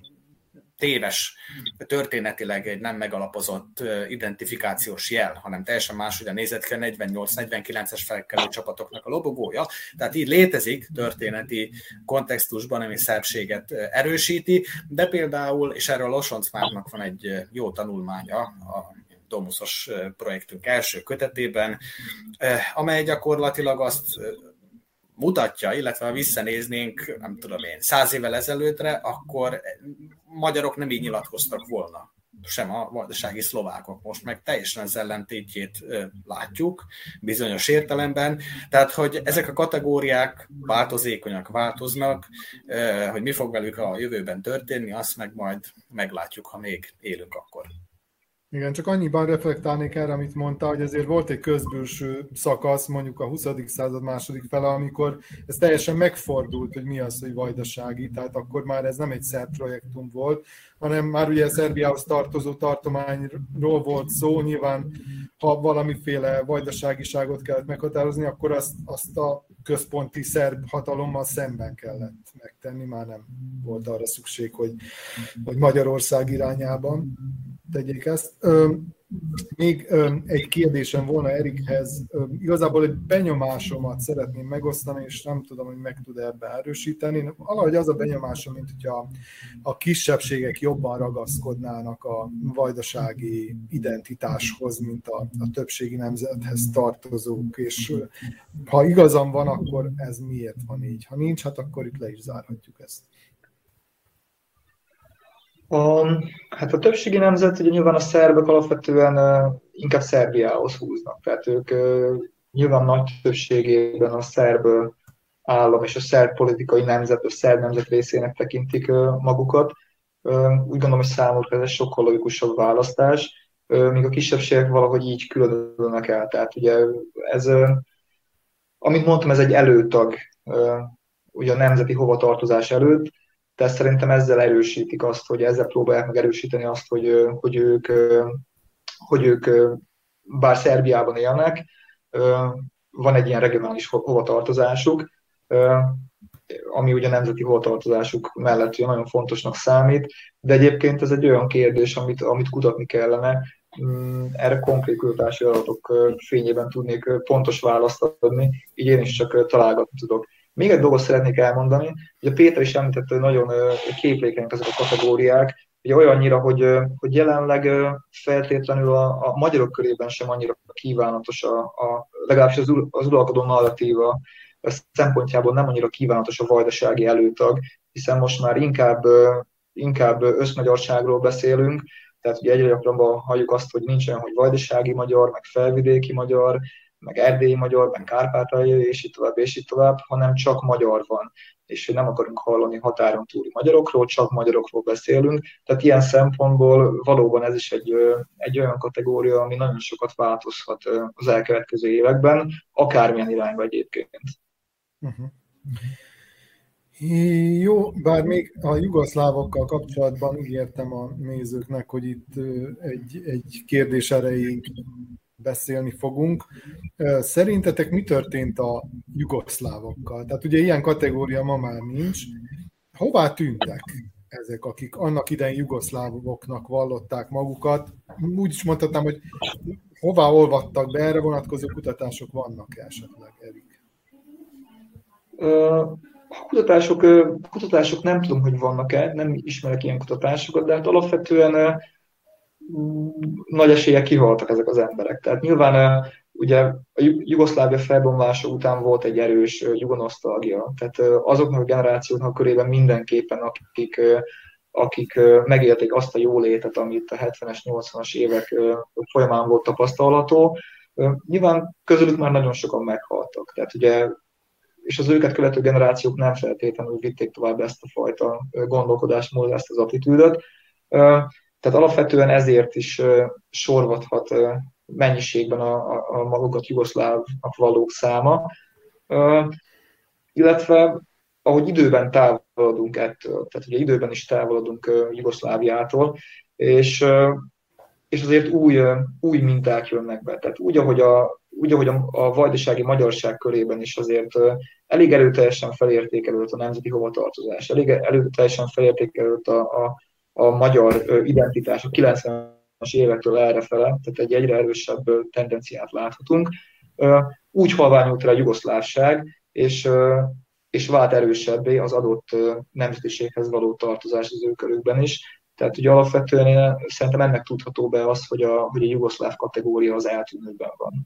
[SPEAKER 3] téves, történetileg egy nem megalapozott identifikációs jel, hanem teljesen máshogy nézett ki a negyvennyolc-negyvenkilences felkelő csapatoknak a lobogója. Tehát így létezik történeti kontextusban, ami szerbséget erősíti, de például, és erről Losonc Márknak van egy jó tanulmánya, a Domuszos projektünk első kötetében, amely gyakorlatilag azt mutatja, illetve ha visszanéznénk, nem tudom én, száz évvel ezelőttre, akkor magyarok nem így nyilatkoztak volna, sem a vajdasági szlovákok. Most meg teljesen az ellentétjét látjuk bizonyos értelemben. Tehát, hogy ezek a kategóriák változékonyak, változnak, hogy mi fog velük a jövőben történni, azt meg majd meglátjuk, ha még élünk akkor.
[SPEAKER 1] Igen, csak annyiban reflektálnék erre, amit mondta, hogy azért volt egy közbülső szakasz, mondjuk a huszadik század második fele, amikor ez teljesen megfordult, hogy mi az, hogy vajdasági, tehát akkor már ez nem egy szerb projektum volt, hanem már ugye Szerbiához tartozó tartományról volt szó, nyilván ha valamiféle vajdaságiságot kellett meghatározni, akkor azt, azt a központi szerb hatalommal szemben kellett megtenni, már nem volt arra szükség, hogy, hogy Magyarország irányában tegyék ezt. Még egy kérdésem volna Erikhez. Igazából egy benyomásomat szeretném megosztani, és nem tudom, hogy meg tud ebbe erősíteni. Valahogy az a benyomásom, mint hogyha a kisebbségek jobban ragaszkodnának a vajdasági identitáshoz, mint a, a többségi nemzethez tartozók, és ha igazam van, akkor ez miért van így? Ha nincs, hát akkor itt le is zárhatjuk ezt.
[SPEAKER 4] A, hát a többségi nemzet, ugye nyilván a szerbek alapvetően uh, inkább Szerbiához húznak, tehát ők uh, nyilván nagy többségében a szerb állam és a szerb politikai nemzet, a szerb nemzet részének tekintik uh, magukat. Uh, úgy gondolom, hogy számukra ez egy sokkal logikusabb választás, uh, míg a kisebbségek valahogy így különülnek el. Tehát ugye ez, uh, amit mondtam, ez egy előtag uh, ugye a nemzeti hovatartozás előtt. Tehát szerintem ezzel erősítik azt, hogy ezzel próbálják meg erősíteni azt, hogy, hogy, ők, hogy ők bár Szerbiában élnek, van egy ilyen regionális hovatartozásuk, ami ugye nemzeti hovatartozásuk mellett ugye nagyon fontosnak számít, de egyébként ez egy olyan kérdés, amit, amit kutatni kellene. Erre konkrét kutatási adatok fényében tudnék pontos választ adni, így én is csak találgatni tudok. Még egy dolgot szeretnék elmondani, hogy a Péter is említette, hogy nagyon képlékenyek ezek a kategóriák, ugye olyannyira, hogy, hogy jelenleg feltétlenül a, a magyarok körében sem annyira kívánatos, a, a, legalábbis az, az uralkodó narratíva szempontjából nem annyira kívánatos a vajdasági előtag, hiszen most már inkább, inkább összmagyarságról beszélünk, tehát ugye egyre gyakrabban halljuk azt, hogy nincs olyan, hogy vajdasági magyar, meg felvidéki magyar, meg erdélyi magyar, meg kárpátaljai, és így tovább, és így tovább, hanem csak magyar van. És nem akarunk hallani határon túli magyarokról, csak magyarokról beszélünk. Tehát ilyen szempontból valóban ez is egy, egy olyan kategória, ami nagyon sokat változhat az elkövetkező években, akármilyen irányba egyébként.
[SPEAKER 1] Uh-huh. Jó, bár még a jugoszlávokkal kapcsolatban ígértem a nézőknek, hogy itt egy, egy kérdés erejéig beszélni fogunk. Szerintetek mi történt a jugoszlávokkal? Tehát ugye ilyen kategória ma már nincs. Hová tűntek ezek, akik annak idején jugoszlávoknak vallották magukat? Úgy is mondhatnám, hogy hová olvadtak be, erre vonatkozó kutatások vannak esetleg, Erik?
[SPEAKER 4] A kutatások, kutatások nem tudom, hogy vannak-e, nem ismerek ilyen kutatásokat, de hát alapvetően nagy eséllyel kihaltak ezek az emberek. Tehát nyilván ugye a Jugoszlávia felbomlása után volt egy erős jugonosztalgia. Tehát azoknak a generációknak körében mindenképpen, akik, akik megélték azt a jólétet, amit a hetvenes, nyolcvanas évek folyamán volt tapasztalható. Nyilván közülük már nagyon sokan meghaltak. Tehát ugye, és az őket követő generációk nem feltétlenül vitték tovább ezt a fajta gondolkodásmódot, ezt az attitűdöt. Tehát alapvetően ezért is sorvadhat mennyiségben a, a, a magukat jugoszlávnak valók száma, illetve ahogy időben távolodunk ettől, tehát ugye időben is távolodunk Jugoszláviától, és, és azért új, új minták jönnek be. Tehát úgy, ahogy a, úgy, ahogy a, a vajdasági magyarság körében is azért elég erőteljesen felértékelődött a nemzeti hovatartozás, elég erőteljesen felértékelődött a, a, a magyar identitás a kilencvenes évektől errefele, tehát egy egyre erősebb tendenciát láthatunk. Úgy halványult el a jugoszlávság, és és vált erősebbé az adott nemzetiséghez való tartozás az ő körükben is. Tehát ugye alapvetően én szerintem ennek tudható be az, hogy a, hogy a jugoszláv kategória az eltűnőben van.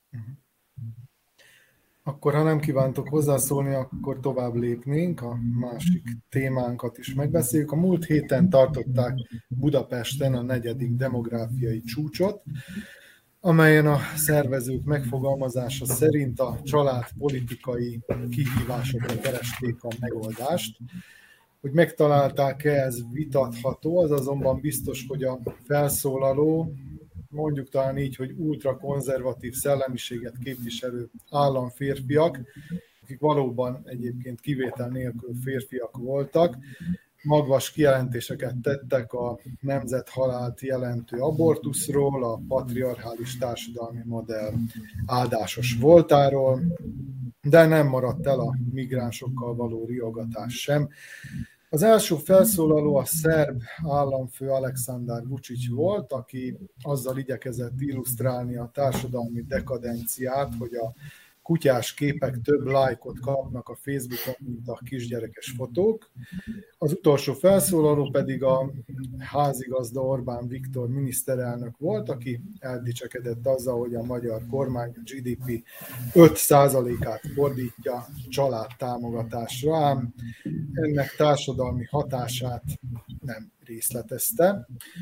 [SPEAKER 1] Akkor, ha nem kívántok hozzászólni, akkor tovább lépnénk, a másik témánkat is megbeszéljük. A múlt héten tartották Budapesten a negyedik demográfiai csúcsot, amelyen a szervezők megfogalmazása szerint a családpolitikai kihívásokra keresték a megoldást. Hogy megtalálták-e, ez vitatható, az azonban biztos, hogy a felszólaló, mondjuk talán így, hogy ultrakonzervatív szellemiséget képviselő államférfiak, akik valóban egyébként kivétel nélkül férfiak voltak, magvas kijelentéseket tettek a nemzethalált jelentő abortuszról, a patriarchális társadalmi modell áldásos voltáról, de nem maradt el a migránsokkal való riogatás sem. Az első felszólaló a szerb államfő Aleksandar Vučić volt, aki azzal igyekezett illusztrálni a társadalmi dekadenciát, hogy a kutyás képek több lájkot kapnak a Facebookon, mint a kisgyerekes fotók. Az utolsó felszólaló pedig a házigazda Orbán Viktor miniszterelnök volt, aki eldicsekedett azzal, hogy a magyar kormány a gé dé pé öt százalékát fordítja családtámogatásra, ám ennek társadalmi hatását nem részletezte.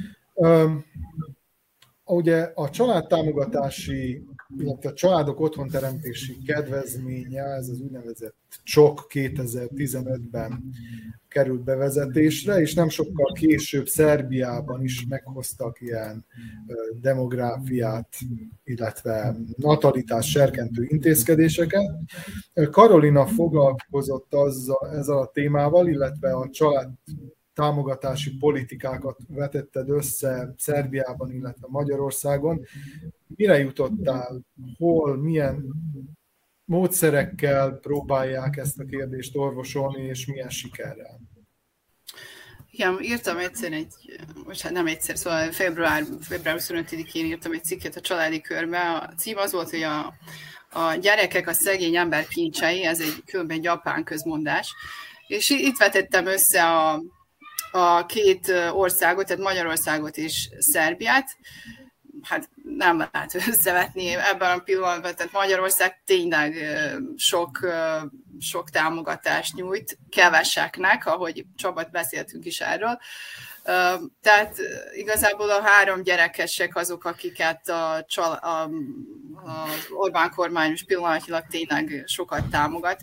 [SPEAKER 1] Ugye a családtámogatási, illetve a családok otthonteremtési kedvezménye, ez az úgynevezett csok kétezer-tizenötben került bevezetésre, és nem sokkal később Szerbiában is meghoztak ilyen demográfiát, illetve natalitás serkentő intézkedéseket. Karolina foglalkozott azzal, ezzel a témával, illetve a család támogatási politikákat vetetted össze Szerbiában, illetve Magyarországon. Mire jutottál? Hol, milyen módszerekkel próbálják ezt a kérdést orvosolni, és milyen sikerrel?
[SPEAKER 2] Igen, írtam egyszer egy, most hát nem egyszer, szóval február, február huszonötödikén írtam egy cikket a Családi Körbe. A cím az volt, hogy a, a gyerekek a szegény ember kincsei, ez egy különben egy japán közmondás. És itt vetettem össze a a két országot, tehát Magyarországot és Szerbiát. Hát nem lehet összevetni ebben a pillanatban, tehát Magyarország tényleg sok, sok támogatást nyújt keveseknek, ahogy Csabát beszéltünk is erről. Tehát igazából a három gyerekesek azok, akiket a, csal- a, az Orbán kormány is pillanatilag tényleg sokat támogat.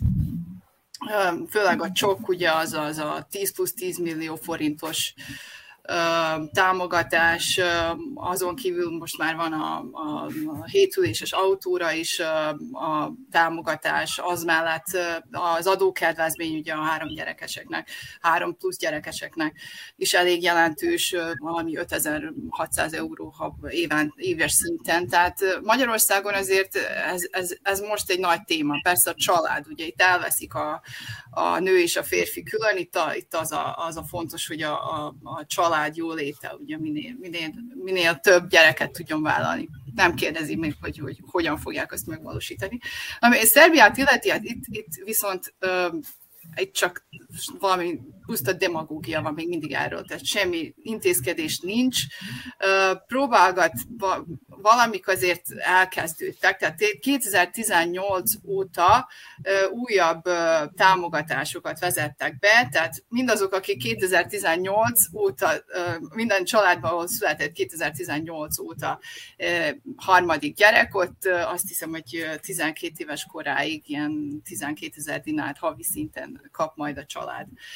[SPEAKER 2] Főleg a csok, ugye az, az a tíz plusz tíz millió forintos uh, támogatás, uh, azon kívül most már van a, a, a hétüléses autóra is uh, a támogatás, az mellett uh, az adókedvezmény ugye a három gyerekeseknek, három plusz gyerekeseknek is elég jelentős, uh, valami ötezer-hatszáz euró éven, éves szinten. Tehát Magyarországon azért ez, ez, ez most egy nagy téma. Persze a család, ugye itt elveszik a, a nő és a férfi külön, itt, a, itt az, a, az a fontos, hogy a, a, a család jóléte, ugye minél, minél, minél több gyereket tudjon vállalni. Nem kérdezi még, hogy, hogy hogyan fogják azt megvalósítani. Ami Szerbiát illeti, hát itt, itt viszont uh, itt csak valami puszta demagógia van még mindig erről, tehát semmi intézkedés nincs. Próbálgat, valamik azért elkezdődtek, tehát kétezer-tizennyolc óta újabb támogatásokat vezettek be, tehát mindazok, akik kétezer-tizennyolc óta, minden családban, ahol született kétezer-tizennyolc óta harmadik gyerek, ott azt hiszem, hogy tizenkét éves koráig ilyen tizenkétezer dinárt havi szinten kap majd a család.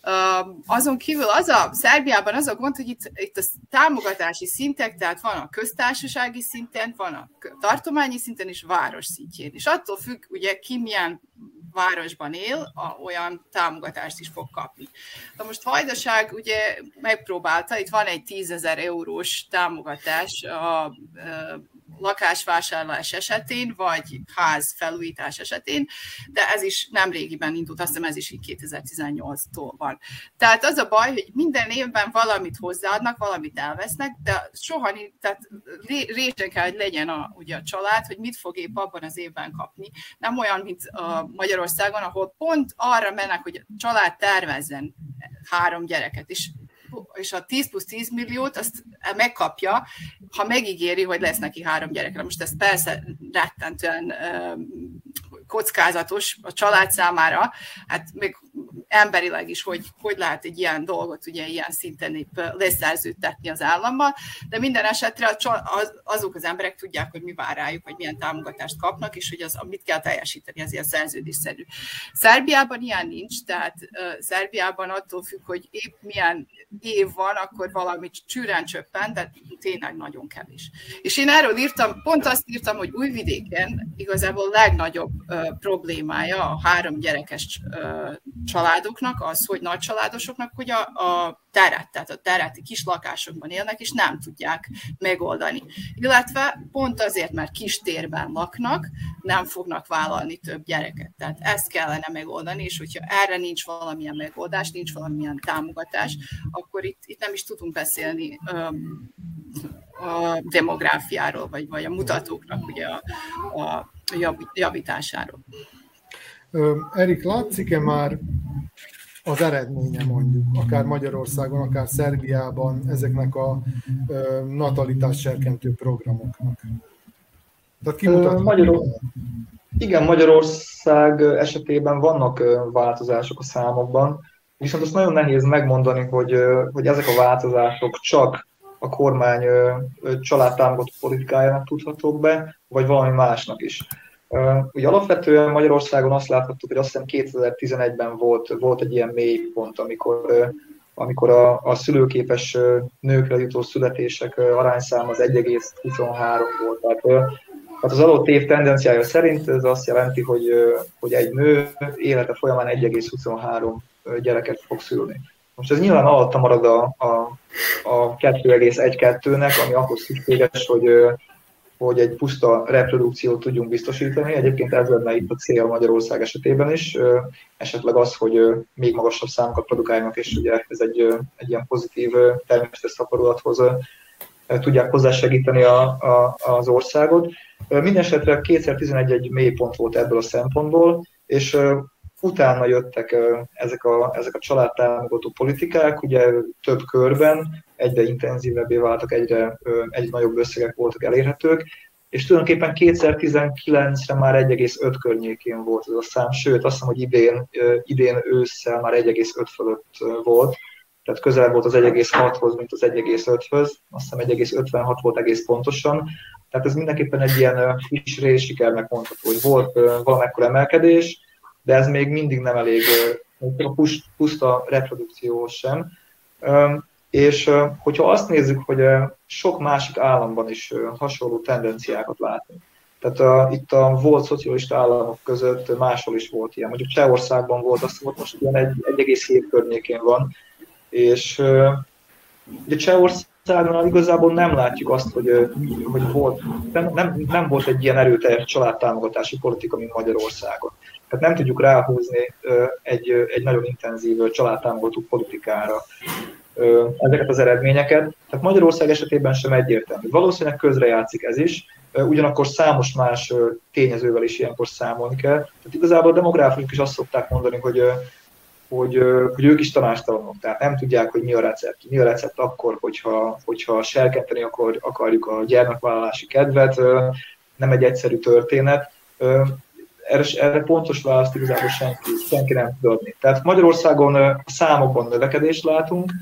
[SPEAKER 2] Azon kívül az a Szerbiában az a gond, hogy itt, itt a támogatási szintek, tehát van a köztársasági szinten, van a tartományi szinten és város szintjén. És attól függ, ugye ki milyen városban él, a, olyan támogatást is fog kapni. Na most Vajdaság ugye megpróbálta, itt van egy tízezer eurós támogatás a, a lakásvásárlás esetén, vagy ház felújítás esetén, de ez is nemrégiben indult, azt hiszem ez is így kétezer-tizennyolctól van. Tehát az a baj, hogy minden évben valamit hozzáadnak, valamit elvesznek, de soha, tehát résen kell, hogy legyen a, ugye a család, hogy mit fog épp abban az évben kapni. Nem olyan, mint a Magyarországon, ahol pont arra mennek, hogy a család tervezzen három gyereket, és és a tíz plusz tíz milliót azt megkapja, ha megígéri, hogy lesz neki három gyereke. Most ez persze rettentően kockázatos a család számára, hát még emberileg is, hogy hogy lehet egy ilyen dolgot ugye ilyen szinten épp leszerződtetni az állammal, de minden esetre az, azok az emberek tudják, hogy mi vár rájuk, hogy milyen támogatást kapnak, és hogy az, mit kell teljesíteni, az ilyen szerződésszerű. Szerbiában ilyen nincs, tehát uh, Szerbiában attól függ, hogy épp milyen év van, akkor valami csűrán csöppen, de tényleg nagyon kevés. És én erről írtam, pont azt írtam, hogy Újvidéken igazából legnagyobb uh, problémája a három gyerekes uh, családoknak az, hogy nagy családosoknak, hogy a, a teret, tehát a tereti kis lakásokban élnek, és nem tudják megoldani. Illetve pont azért, mert kis térben laknak, nem fognak vállalni több gyereket. Tehát ezt kellene megoldani, és hogyha erre nincs valamilyen megoldás, nincs valamilyen támogatás, akkor itt, itt nem is tudunk beszélni um, a demográfiáról, vagy, vagy a mutatóknak ugye a, a javításáról.
[SPEAKER 1] Erik, látszik-e már az eredménye mondjuk, akár Magyarországon, akár Szerbiában ezeknek a natalitás serkentő programoknak? Tehát kimutatható.
[SPEAKER 4] Magyaror... Igen, Magyarország esetében vannak változások a számokban, viszont azt nagyon nehéz megmondani, hogy, hogy ezek a változások csak a kormány családtámogató politikájának tudhatók be, vagy valami másnak is. Ugye alapvetően Magyarországon azt láthattuk, hogy azt hiszem kétezer-tizenegyben volt, volt egy ilyen mélypont, amikor, amikor a, a szülőképes nőkre jutó születések arányszáma az egy egész huszonhárom volt. Tehát, hát az adott év tendenciája szerint ez azt jelenti, hogy, hogy egy nő élete folyamán egy egész huszonhárom gyereket fog szülni. Most ez nyilván alatta marad a, a, a kettő egész egy-kettőnek, ami ahhoz szükséges, hogy hogy egy puszta reprodukciót tudjunk biztosítani. Egyébként ez lenne itt a cél Magyarország esetében is, esetleg az, hogy még magasabb számokat produkáljanak, és ugye ez egy, egy ilyen pozitív természetes szaporulathoz tudják hozzásegíteni a, a, az országot. Mindenesetre kétezer-tizenegy egy mélypont volt ebből a szempontból, és utána jöttek ezek a, ezek a családtámogató politikák, ugye több körben, egyre intenzívebbé váltak, egyre, egyre nagyobb összegek voltak elérhetők, és tulajdonképpen kétezer-tizenkilencre már egy egész öt környékén volt ez a szám, sőt azt hiszem, hogy idén, idén ősszel már egy egész öt fölött volt, tehát közel volt az egy egész hathoz, mint az egy egész öthöz, azt hiszem egy egész ötvenhat volt egész pontosan, tehát ez mindenképpen egy ilyen kis részsikernek mondható, hogy volt valamekkora emelkedés, de ez még mindig nem elég a puszta reprodukcióhoz sem. És hogyha azt nézzük, hogy sok másik államban is hasonló tendenciákat látunk. Tehát a, itt a volt szocialista államok között máshol is volt ilyen. Mondjuk Csehországban volt, azt mondom, most ilyen egy, egy egész hét környékén van. És ugye Csehországnál igazából nem látjuk azt, hogy, hogy volt, nem, nem, nem volt egy ilyen erőteljes családtámogatási politika, mint Magyarországon. Tehát nem tudjuk ráhúzni egy, egy nagyon intenzív családtámogató politikára ezeket az eredményeket. Tehát Magyarország esetében sem egyértelmű. Valószínűleg közrejátszik ez is, ugyanakkor számos más tényezővel is ilyenkor számolni kell. Tehát igazából a demográfusok is azt szokták mondani, hogy, hogy, hogy ők is tanástalanok, tehát nem tudják, hogy mi a recept. Mi a recept akkor, hogyha, hogyha serkenteni akar, akarjuk a gyermekvállalási kedvet, nem egy egyszerű történet. Erre, erre pontos választ igazából senki, senki nem tud adni. Tehát Magyarországon a számokban növekedést látunk.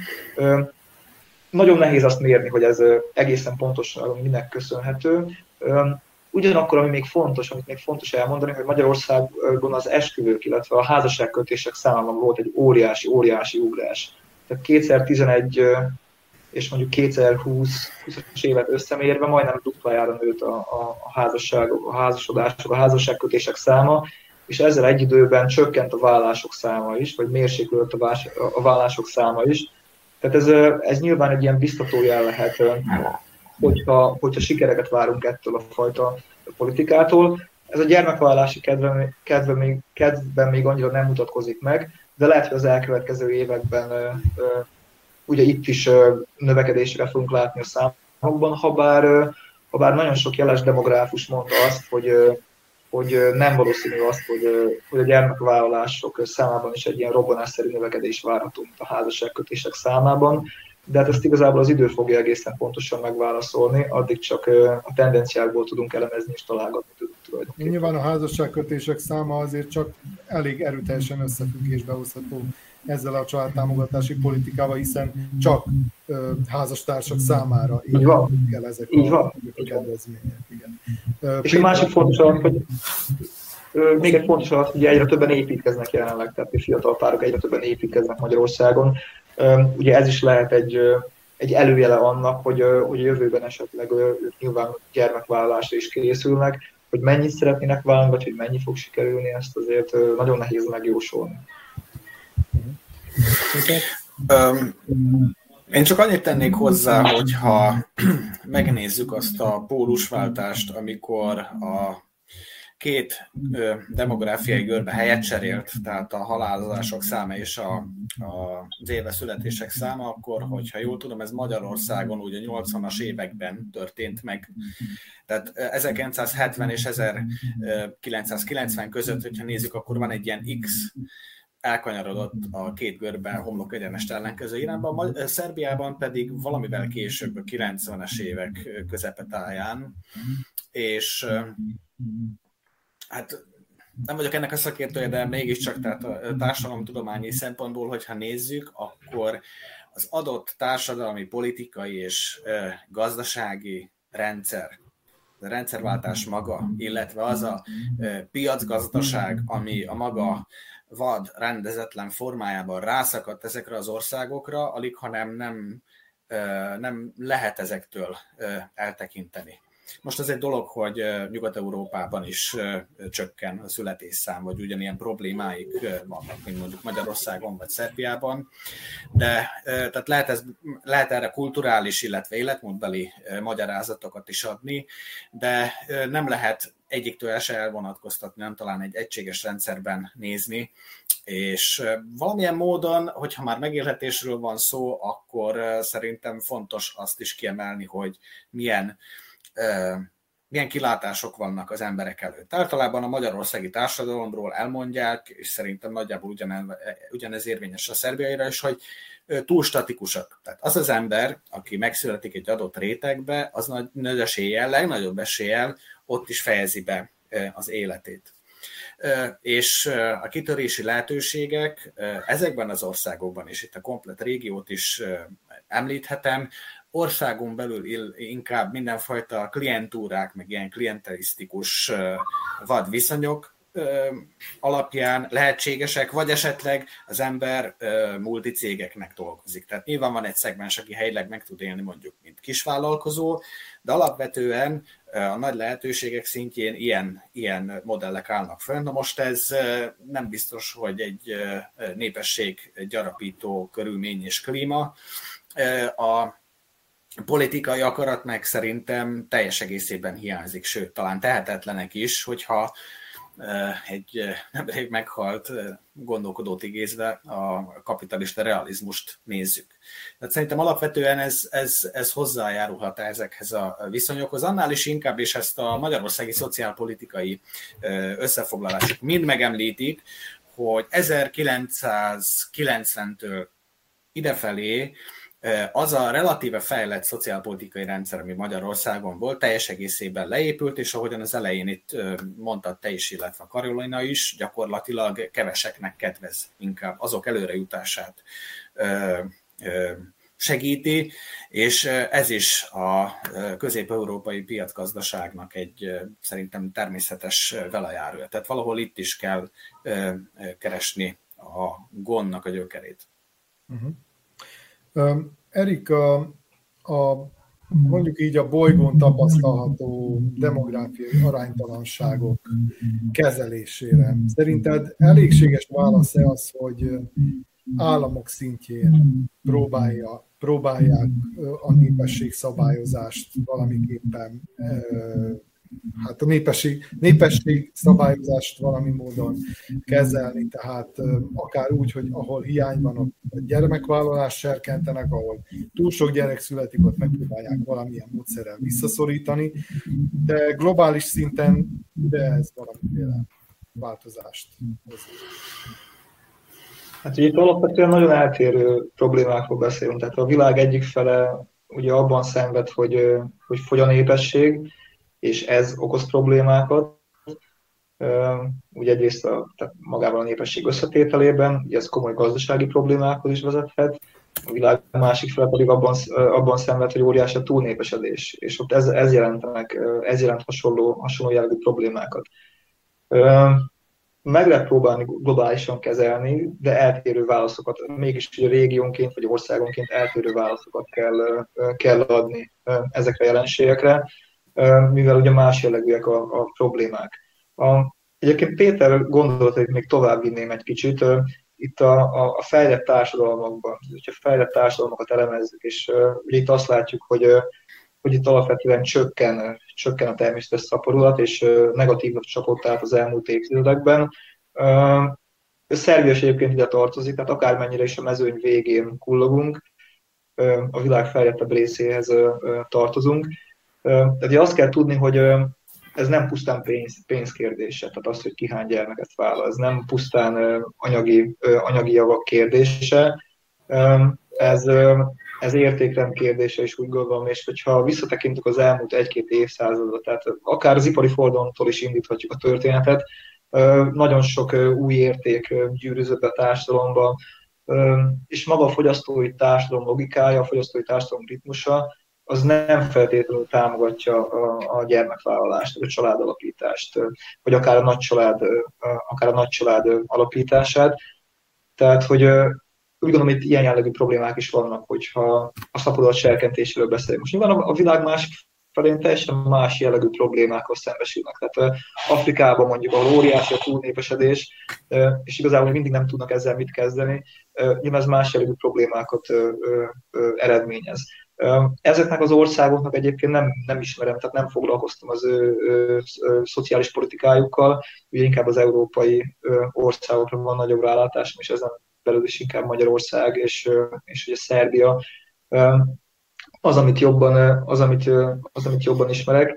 [SPEAKER 4] Nagyon nehéz azt mérni, hogy ez egészen pontosan minek köszönhető. Ugyanakkor, ami még fontos, amit még fontos elmondani, hogy Magyarországon az esküvők, illetve a házasságkötések számában volt egy óriási, óriási ugrás. Tehát kétezer-tizenegy és mondjuk kétezer-húszas évet összemérve majdnem duplájára nőtt a, a házasságok, a házasodások, a házasságkötések száma, és ezzel egy időben csökkent a vállások száma is, vagy mérséklődött a, vás, a vállások száma is. Tehát ez, ez nyilván egy ilyen biztató jel lehet, hogyha, hogyha sikereket várunk ettől a fajta politikától. Ez a gyermekvállalási kedve, kedve még, kedve még annyira nem mutatkozik meg, de lehet, hogy az elkövetkező években ugye itt is növekedésre fogunk látni a számokban, ha bár, ha bár nagyon sok jeles demográfus mondta azt, hogy, hogy nem valószínű azt, hogy, hogy a gyermekvállalások számában is egy ilyen robbanásszerű növekedés várható, mint a házasságkötések számában, de hát ezt igazából az idő fogja egészen pontosan megválaszolni, addig csak a tendenciákból tudunk elemezni és találgatni tulajdonképpen.
[SPEAKER 1] Nyilván a házasságkötések száma azért csak elég erőteljesen összefüggésbe hozható ezzel a családtámogatási politikával, hiszen csak ö, házastársak számára
[SPEAKER 4] így van.
[SPEAKER 1] kell ezek
[SPEAKER 4] így
[SPEAKER 1] a,
[SPEAKER 4] van.
[SPEAKER 1] a kedvezmények. Igen.
[SPEAKER 4] És a másik fontos az, hogy ö, még egy fontos az, hogy egyre többen építkeznek jelenleg, tehát a fiatal párok egyre többen építkeznek Magyarországon. Ö, ugye ez is lehet egy, egy előjele annak, hogy, hogy a jövőben esetleg ők nyilván gyermekvállalásra is készülnek, hogy mennyit szeretnének vállalni, vagy hogy mennyi fog sikerülni, ezt azért nagyon nehéz megjósolni.
[SPEAKER 3] Um, én csak annyit tennék hozzá, hogyha megnézzük azt a pólusváltást, amikor a két ö, demográfiai görbe helyet cserélt, tehát a halálozások száma és a, a, az éves születések száma, akkor, hogyha jól tudom, ez Magyarországon ugye nyolcvanas években történt meg. Tehát ezerkilencszázhetven és ezerkilencszázkilencven között, hogyha nézzük, akkor van egy ilyen X elkanyarodott a két görben homlok egyenest ellenkező irányba, Szerbiában pedig valamivel később, a kilencvenes évek közepetáján, és hát nem vagyok ennek a szakértője, de mégiscsak tehát a társadalomtudományi szempontból, hogyha nézzük, akkor az adott társadalmi, politikai és gazdasági rendszer, a rendszerváltás maga, illetve az a piacgazdaság, ami a maga vad, rendezetlen formájában rászakadt ezekre az országokra, alig, hanem nem, nem lehet ezektől eltekinteni. Most az egy dolog, hogy Nyugat-Európában is csökken a születésszám, vagy ugyanilyen problémáik vannak, mint mondjuk Magyarországon vagy Szerbiában, de tehát lehet, ez, lehet erre kulturális, illetve életmódbeli magyarázatokat is adni, de nem lehet egyiktől se elvonatkoztatni, nem talán egy egységes rendszerben nézni, és valamilyen módon, hogyha már megélhetésről van szó, akkor szerintem fontos azt is kiemelni, hogy milyen milyen kilátások vannak az emberek előtt. Általában a magyarországi társadalomról elmondják, és szerintem nagyjából ugyanez, ugyanez érvényes a szerbiaira is, hogy túl statikusak. Tehát az az ember, aki megszületik egy adott rétegbe, az nagy, nagy eséllyel, legnagyobb eséllyel ott is fejezi be az életét. És a kitörési lehetőségek ezekben az országokban, és itt a komplett régiót is említhetem, országon belül inkább mindenfajta klientúrák, meg ilyen klientelisztikus vad viszonyok alapján lehetségesek, vagy esetleg az ember multicégeknek dolgozik. Tehát nyilván van egy szegmens, aki helyileg meg tud élni mondjuk, mint kisvállalkozó, de alapvetően a nagy lehetőségek szintjén ilyen, ilyen modellek állnak fönn. Na most ez nem biztos, hogy egy népesség gyarapító körülmény és klíma. A politikai akarat meg szerintem teljes egészében hiányzik, sőt, talán tehetetlenek is, hogyha egy nemrég meghalt gondolkodót igézve a kapitalista realizmust nézzük. Tehát szerintem alapvetően ez, ez, ez hozzájárulhat ezekhez a viszonyokhoz. Annál is inkább, és ezt a magyarországi szociálpolitikai összefoglalások mind megemlítik, hogy ezerkilencszázkilencventől idefelé az a relatíve fejlett szociálpolitikai rendszer, ami Magyarországon volt, teljes egészében leépült, és ahogyan az elején itt mondtad te is, illetve Karolina is, gyakorlatilag keveseknek kedvez inkább azok előrejutását segíti, és ez is a közép-európai piacgazdaságnak egy szerintem természetes velejárója. Tehát valahol itt is kell keresni a gondnak a gyökerét.
[SPEAKER 1] Uh-huh. Um, Erika, a, mondjuk így a bolygón tapasztalható demográfiai aránytalanságok kezelésére. Szerinted elégséges válasz-e az, hogy államok szintjén próbálja, próbálják a népességszabályozást valamiképpen, hát a népesség, népesség szabályozást valami módon kezelni, tehát akár úgy, hogy ahol hiány van, a gyermekvállalás serkentenek, ahol túl sok gyerek születik, ott megpróbálják valamilyen módszerrel visszaszorítani, de globális szinten de ez valamiféle változást hoz.
[SPEAKER 4] Hát ugye itt alapvetően nagyon eltérő problémákról beszélünk. Tehát a világ egyik fele ugye abban szenved, hogy, hogy fogy a népesség, és ez okoz problémákat. Ugye egyrészt a, tehát magában a népesség összetételében, ugye ez komoly gazdasági problémákhoz is vezethet. A világ másik fele pedig abban, abban szenved, hogy óriási a túlnépesedés, és ott ez, ez, jelentenek, ez jelent hasonló, hasonló jellegű problémákat. Meg lehet próbálni globálisan kezelni, de eltérő válaszokat, mégis ugye régiónként vagy országonként eltérő válaszokat kell, kell adni ezekre a jelenségekre, mivel ugye más jellegűek a, a problémák. A, egyébként Péter gondolatait még tovább vinném egy kicsit. Itt a, a, a fejlett társadalmakban, hogyha fejlett társadalmakat elemezzük, és ugye itt azt látjuk, hogy hogy itt alapvetően csökken, csökken a természetes szaporulat, és negatívnak csapott át az elmúlt évtizedekben. Szerbia is egyébként ide tartozik, tehát akármennyire is a mezőny végén kullogunk, a világ fejlettebb részéhez tartozunk. Tehát azt kell tudni, hogy ez nem pusztán pénz, pénzkérdése, tehát az, hogy ki hány gyermeket vállal, ez nem pusztán anyagi, anyagi javak kérdése, ez, ez értékrend kérdése is úgy gondolom, és hogyha visszatekintünk az elmúlt egy-két évszázadra, tehát akár az ipari forradalomtól is indíthatjuk a történetet, nagyon sok új érték gyűrűzött be a társadalomba, és maga a fogyasztói társadalom logikája, a fogyasztói társadalom ritmusa, az nem feltétlenül támogatja a, a gyermekvállalást, vagy a családalapítást, vagy akár a nagycsalád, akár a nagycsalád alapítását. Tehát, hogy úgy gondolom, hogy ilyen jellegű problémák is vannak, hogyha a szaporulat serkentéséről beszélünk. Most nyilván a világ másik felén teljesen más jellegű problémákhoz szembesülnek. Tehát Afrikában mondjuk, ahol óriási a túlnépesedés, és igazából mindig nem tudnak ezzel mit kezdeni, nyilván ez más jellegű problémákat eredményez. Ezeknek az országoknak egyébként nem, nem ismerem, tehát nem foglalkoztam az ő, ő, ő szociális politikájukkal, ugye inkább az európai országokra van nagyobb rálátásom, és ezen belül is inkább Magyarország és, és ugye Szerbia az, amit jobban, az, amit, az, amit jobban ismerek.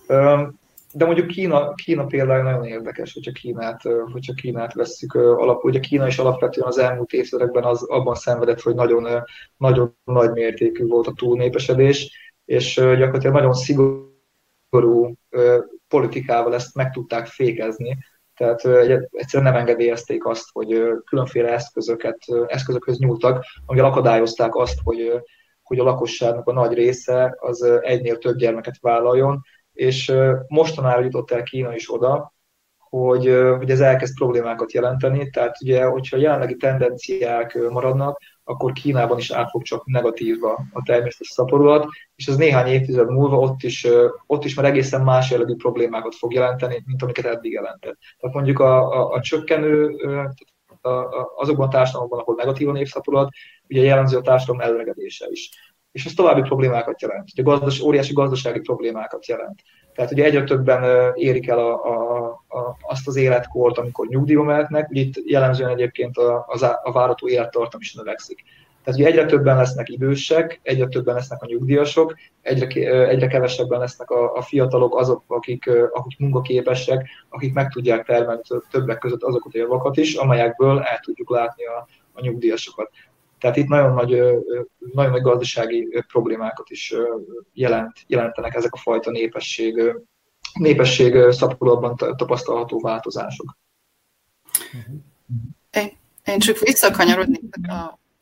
[SPEAKER 4] De mondjuk Kína, Kína például nagyon érdekes, hogyha Kínát, hogyha Kínát vesszük alapul. Ugye Kína is alapvetően az elmúlt évtizedekben az, abban szenvedett, hogy nagyon, nagyon nagy mértékű volt a túlnépesedés, és gyakorlatilag nagyon szigorú politikával ezt meg tudták fékezni. Tehát egyszerűen nem engedélyezték azt, hogy különféle eszközöket, eszközökhöz nyúltak, amivel akadályozták azt, hogy, hogy a lakosságnak a nagy része az egynél több gyermeket vállaljon, és mostanára jutott el Kína is oda, hogy, hogy ez elkezd problémákat jelenteni, tehát ugye, hogyha jelenlegi tendenciák maradnak, akkor Kínában is át fog csak negatívba a természetes szaporulat, és ez néhány évtized múlva ott is, ott is már egészen más jellegű problémákat fog jelenteni, mint amiket eddig jelentett. Tehát mondjuk a, a, a csökkenő, a, a, azokban a társadalmakban, ahol negatív a népszaporulat, ugye jellemző a társadalom elöregedése is. És ez további problémákat jelent, ugye gazdas, óriási gazdasági problémákat jelent. Tehát ugye egyre többen érik el a, a, a, azt az életkort, amikor nyugdíjba mehetnek, ugye itt jellemzően egyébként a, a, a várható élettartam is növekszik. Tehát ugye egyre többen lesznek idősek, egyre többen lesznek a nyugdíjasok, egyre, egyre kevesebben lesznek a, a fiatalok, azok, akik, akik munkaképesek, akik meg tudják termelni többek között azokat a javakat is, amelyekből el tudjuk látni a, a nyugdíjasokat. Tehát itt nagyon nagy, nagyon nagy gazdasági problémákat is jelent, jelentenek ezek a fajta népesség, népesség szaporulatban tapasztalható változások.
[SPEAKER 2] Én, én csak visszakanyarodnék a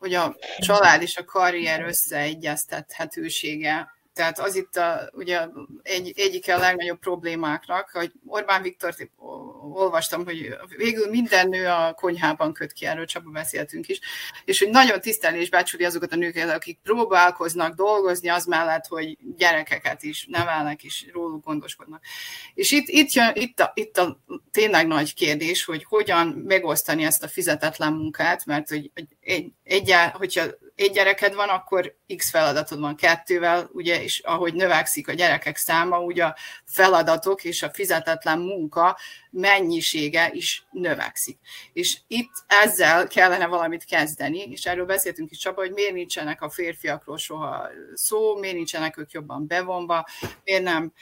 [SPEAKER 2] hogy a család és a karrier összeegyeztethetősége. Tehát az itt a, ugye egy, egyike a legnagyobb problémáknak, hogy Orbán Viktort olvastam, hogy végül minden nő a konyhában köt ki, erről Csaba beszéltünk is, és hogy nagyon tisztelni és becsüli azokat a nőket, akik próbálkoznak dolgozni az mellett, hogy gyerekeket is nevelnek, és róluk gondoskodnak. És itt, itt, jön, itt, a, itt a tényleg nagy kérdés, hogy hogyan megosztani ezt a fizetetlen munkát, mert hogy egy, egy, hogyha egy gyereked van, akkor X feladatod van kettővel, ugye, és ahogy növekszik a gyerekek száma, ugye a feladatok és a fizetetlen munka mennyisége is növekszik. És itt ezzel kellene valamit kezdeni, és erről beszéltünk is, Csaba, hogy miért nincsenek a férfiakról soha szó, miért nincsenek ők jobban bevonva, miért nem...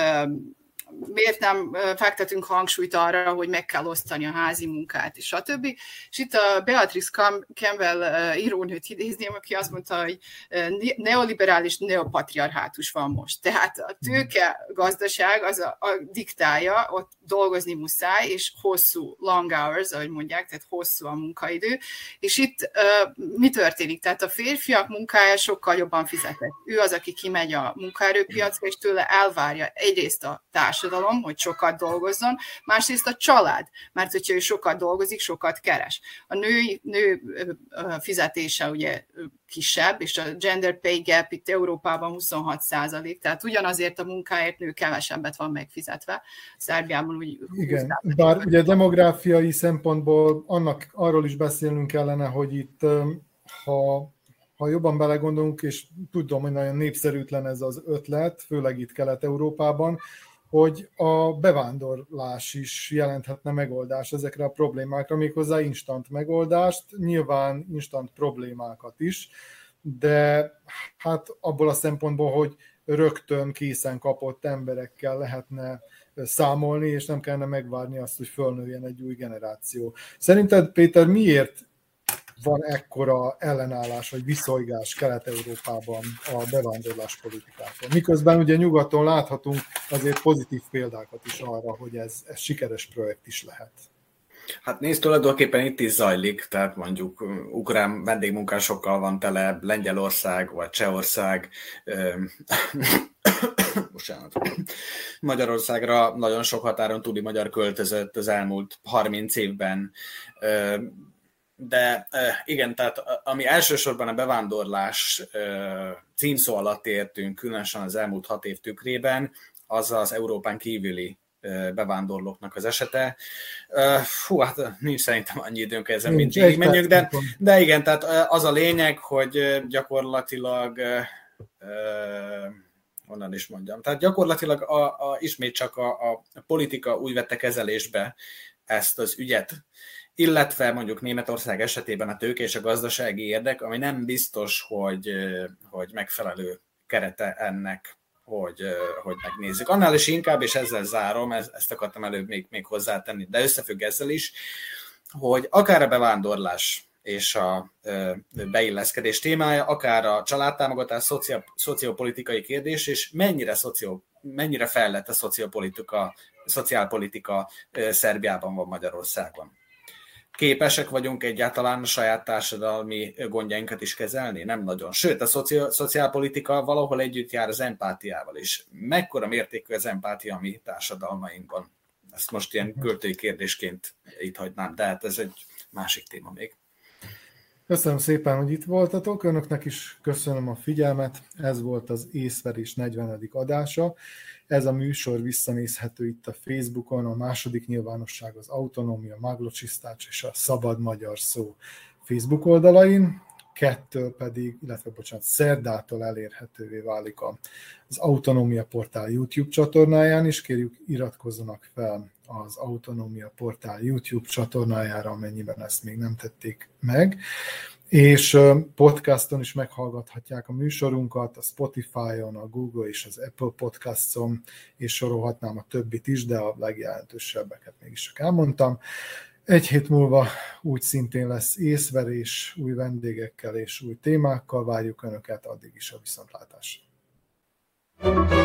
[SPEAKER 2] miért nem fektetünk hangsúlyt arra, hogy meg kell osztani a házi munkát, és stb. És itt a Beatrice Campbell írónőt idézném, aki azt mondta, hogy neoliberális neopatriarhátus van most. Tehát a tőke gazdaság az a, a diktálja, ott dolgozni muszáj, és hosszú long hours, ahogy mondják, tehát hosszú a munkaidő. És itt mi történik? Tehát a férfiak munkája sokkal jobban fizetett. Ő az, aki kimegy a munkaerőpiacra, és tőle elvárja egyrészt a társadalom, hogy sokat dolgozzon, másrészt a család, mert hogyha ő sokat dolgozik, sokat keres. A női, nő fizetése ugye kisebb, és a gender pay gap itt Európában huszonhat százalék, tehát ugyanazért a munkáért nő kevesebbet van megfizetve. Szerbiában úgy...
[SPEAKER 1] Igen, bár ugye demográfiai szempontból annak arról is beszélnünk kellene, hogy itt ha Ha jobban belegondolunk, és tudom, hogy nagyon népszerűtlen ez az ötlet, főleg itt Kelet-Európában, hogy a bevándorlás is jelenthetne megoldást ezekre a problémákra, méghozzá instant megoldást, nyilván instant problémákat is, de hát abból a szempontból, hogy rögtön készen kapott emberekkel lehetne számolni, és nem kellene megvárni azt, hogy fölnőjen egy új generáció. Szerinted, Péter, miért van ekkora ellenállás vagy viszolygás Kelet-Európában a bevándorlás politikától? Miközben ugye nyugaton láthatunk azért pozitív példákat is arra, hogy ez, ez sikeres projekt is lehet.
[SPEAKER 3] Hát nézd, tulajdonképpen itt is zajlik, tehát mondjuk ukrán vendégmunkásokkal van tele Lengyelország vagy Csehország, bocsánat, Magyarországra nagyon sok határon túli magyar költözött az elmúlt harminc évben, de igen, tehát ami elsősorban a bevándorlás címszó alatt értünk, különösen az elmúlt hat év tükrében, az az Európán kívüli bevándorlóknak az esete. Fú, hát nincs szerintem annyi időnk ezen, mint így menjünk, de, de igen, tehát az a lényeg, hogy gyakorlatilag onnan is mondjam. Tehát gyakorlatilag a, a, ismét csak a, a politika úgy vette kezelésbe ezt az ügyet, illetve mondjuk Németország esetében a tőke és a gazdasági érdek, ami nem biztos, hogy, hogy megfelelő kerete ennek, hogy, hogy megnézzük. Annál is inkább, és ezzel zárom, ezt akartam előbb még, még hozzátenni, de összefügg ezzel is, hogy akár a bevándorlás és a beilleszkedés témája, akár a családtámogatás, szocia, szociopolitikai kérdés, és mennyire, szocio, mennyire fejlett a szociopolitika, szociálpolitika Szerbiában van, Magyarországon. Képesek vagyunk egyáltalán a saját társadalmi gondjainkat is kezelni? Nem nagyon. Sőt, a szoci- szociálpolitika valahol együtt jár az empátiával is. Mekkora mértékű az empátia a mi társadalmainkban? Ezt most ilyen költői kérdésként itt hagynám, de hát ez egy másik téma még.
[SPEAKER 1] Köszönöm szépen, hogy itt voltatok. Önöknek is köszönöm a figyelmet. Ez volt az Észverés negyvenedik adása. Ez a műsor visszanézhető itt a Facebookon, a második nyilvánosság, az Autonómia, Maglocsisztács és a Szabad Magyar Szó Facebook oldalain. Kettől pedig, illetve bocsánat, szerdától elérhetővé válik az Autonómia Portál YouTube csatornáján is. Kérjük, iratkozzanak fel az Autonómia Portál YouTube csatornájára, amennyiben ezt még nem tették meg. És podcaston is meghallgathatják a műsorunkat, a Spotify-on, a Google és az Apple Podcast-on, és sorolhatnám a többit is, de a legjelentősebbeket mégis csak elmondtam. Egy hét múlva úgy szintén lesz észverés, új vendégekkel és új témákkal. Várjuk Önöket, addig is a viszontlátásra.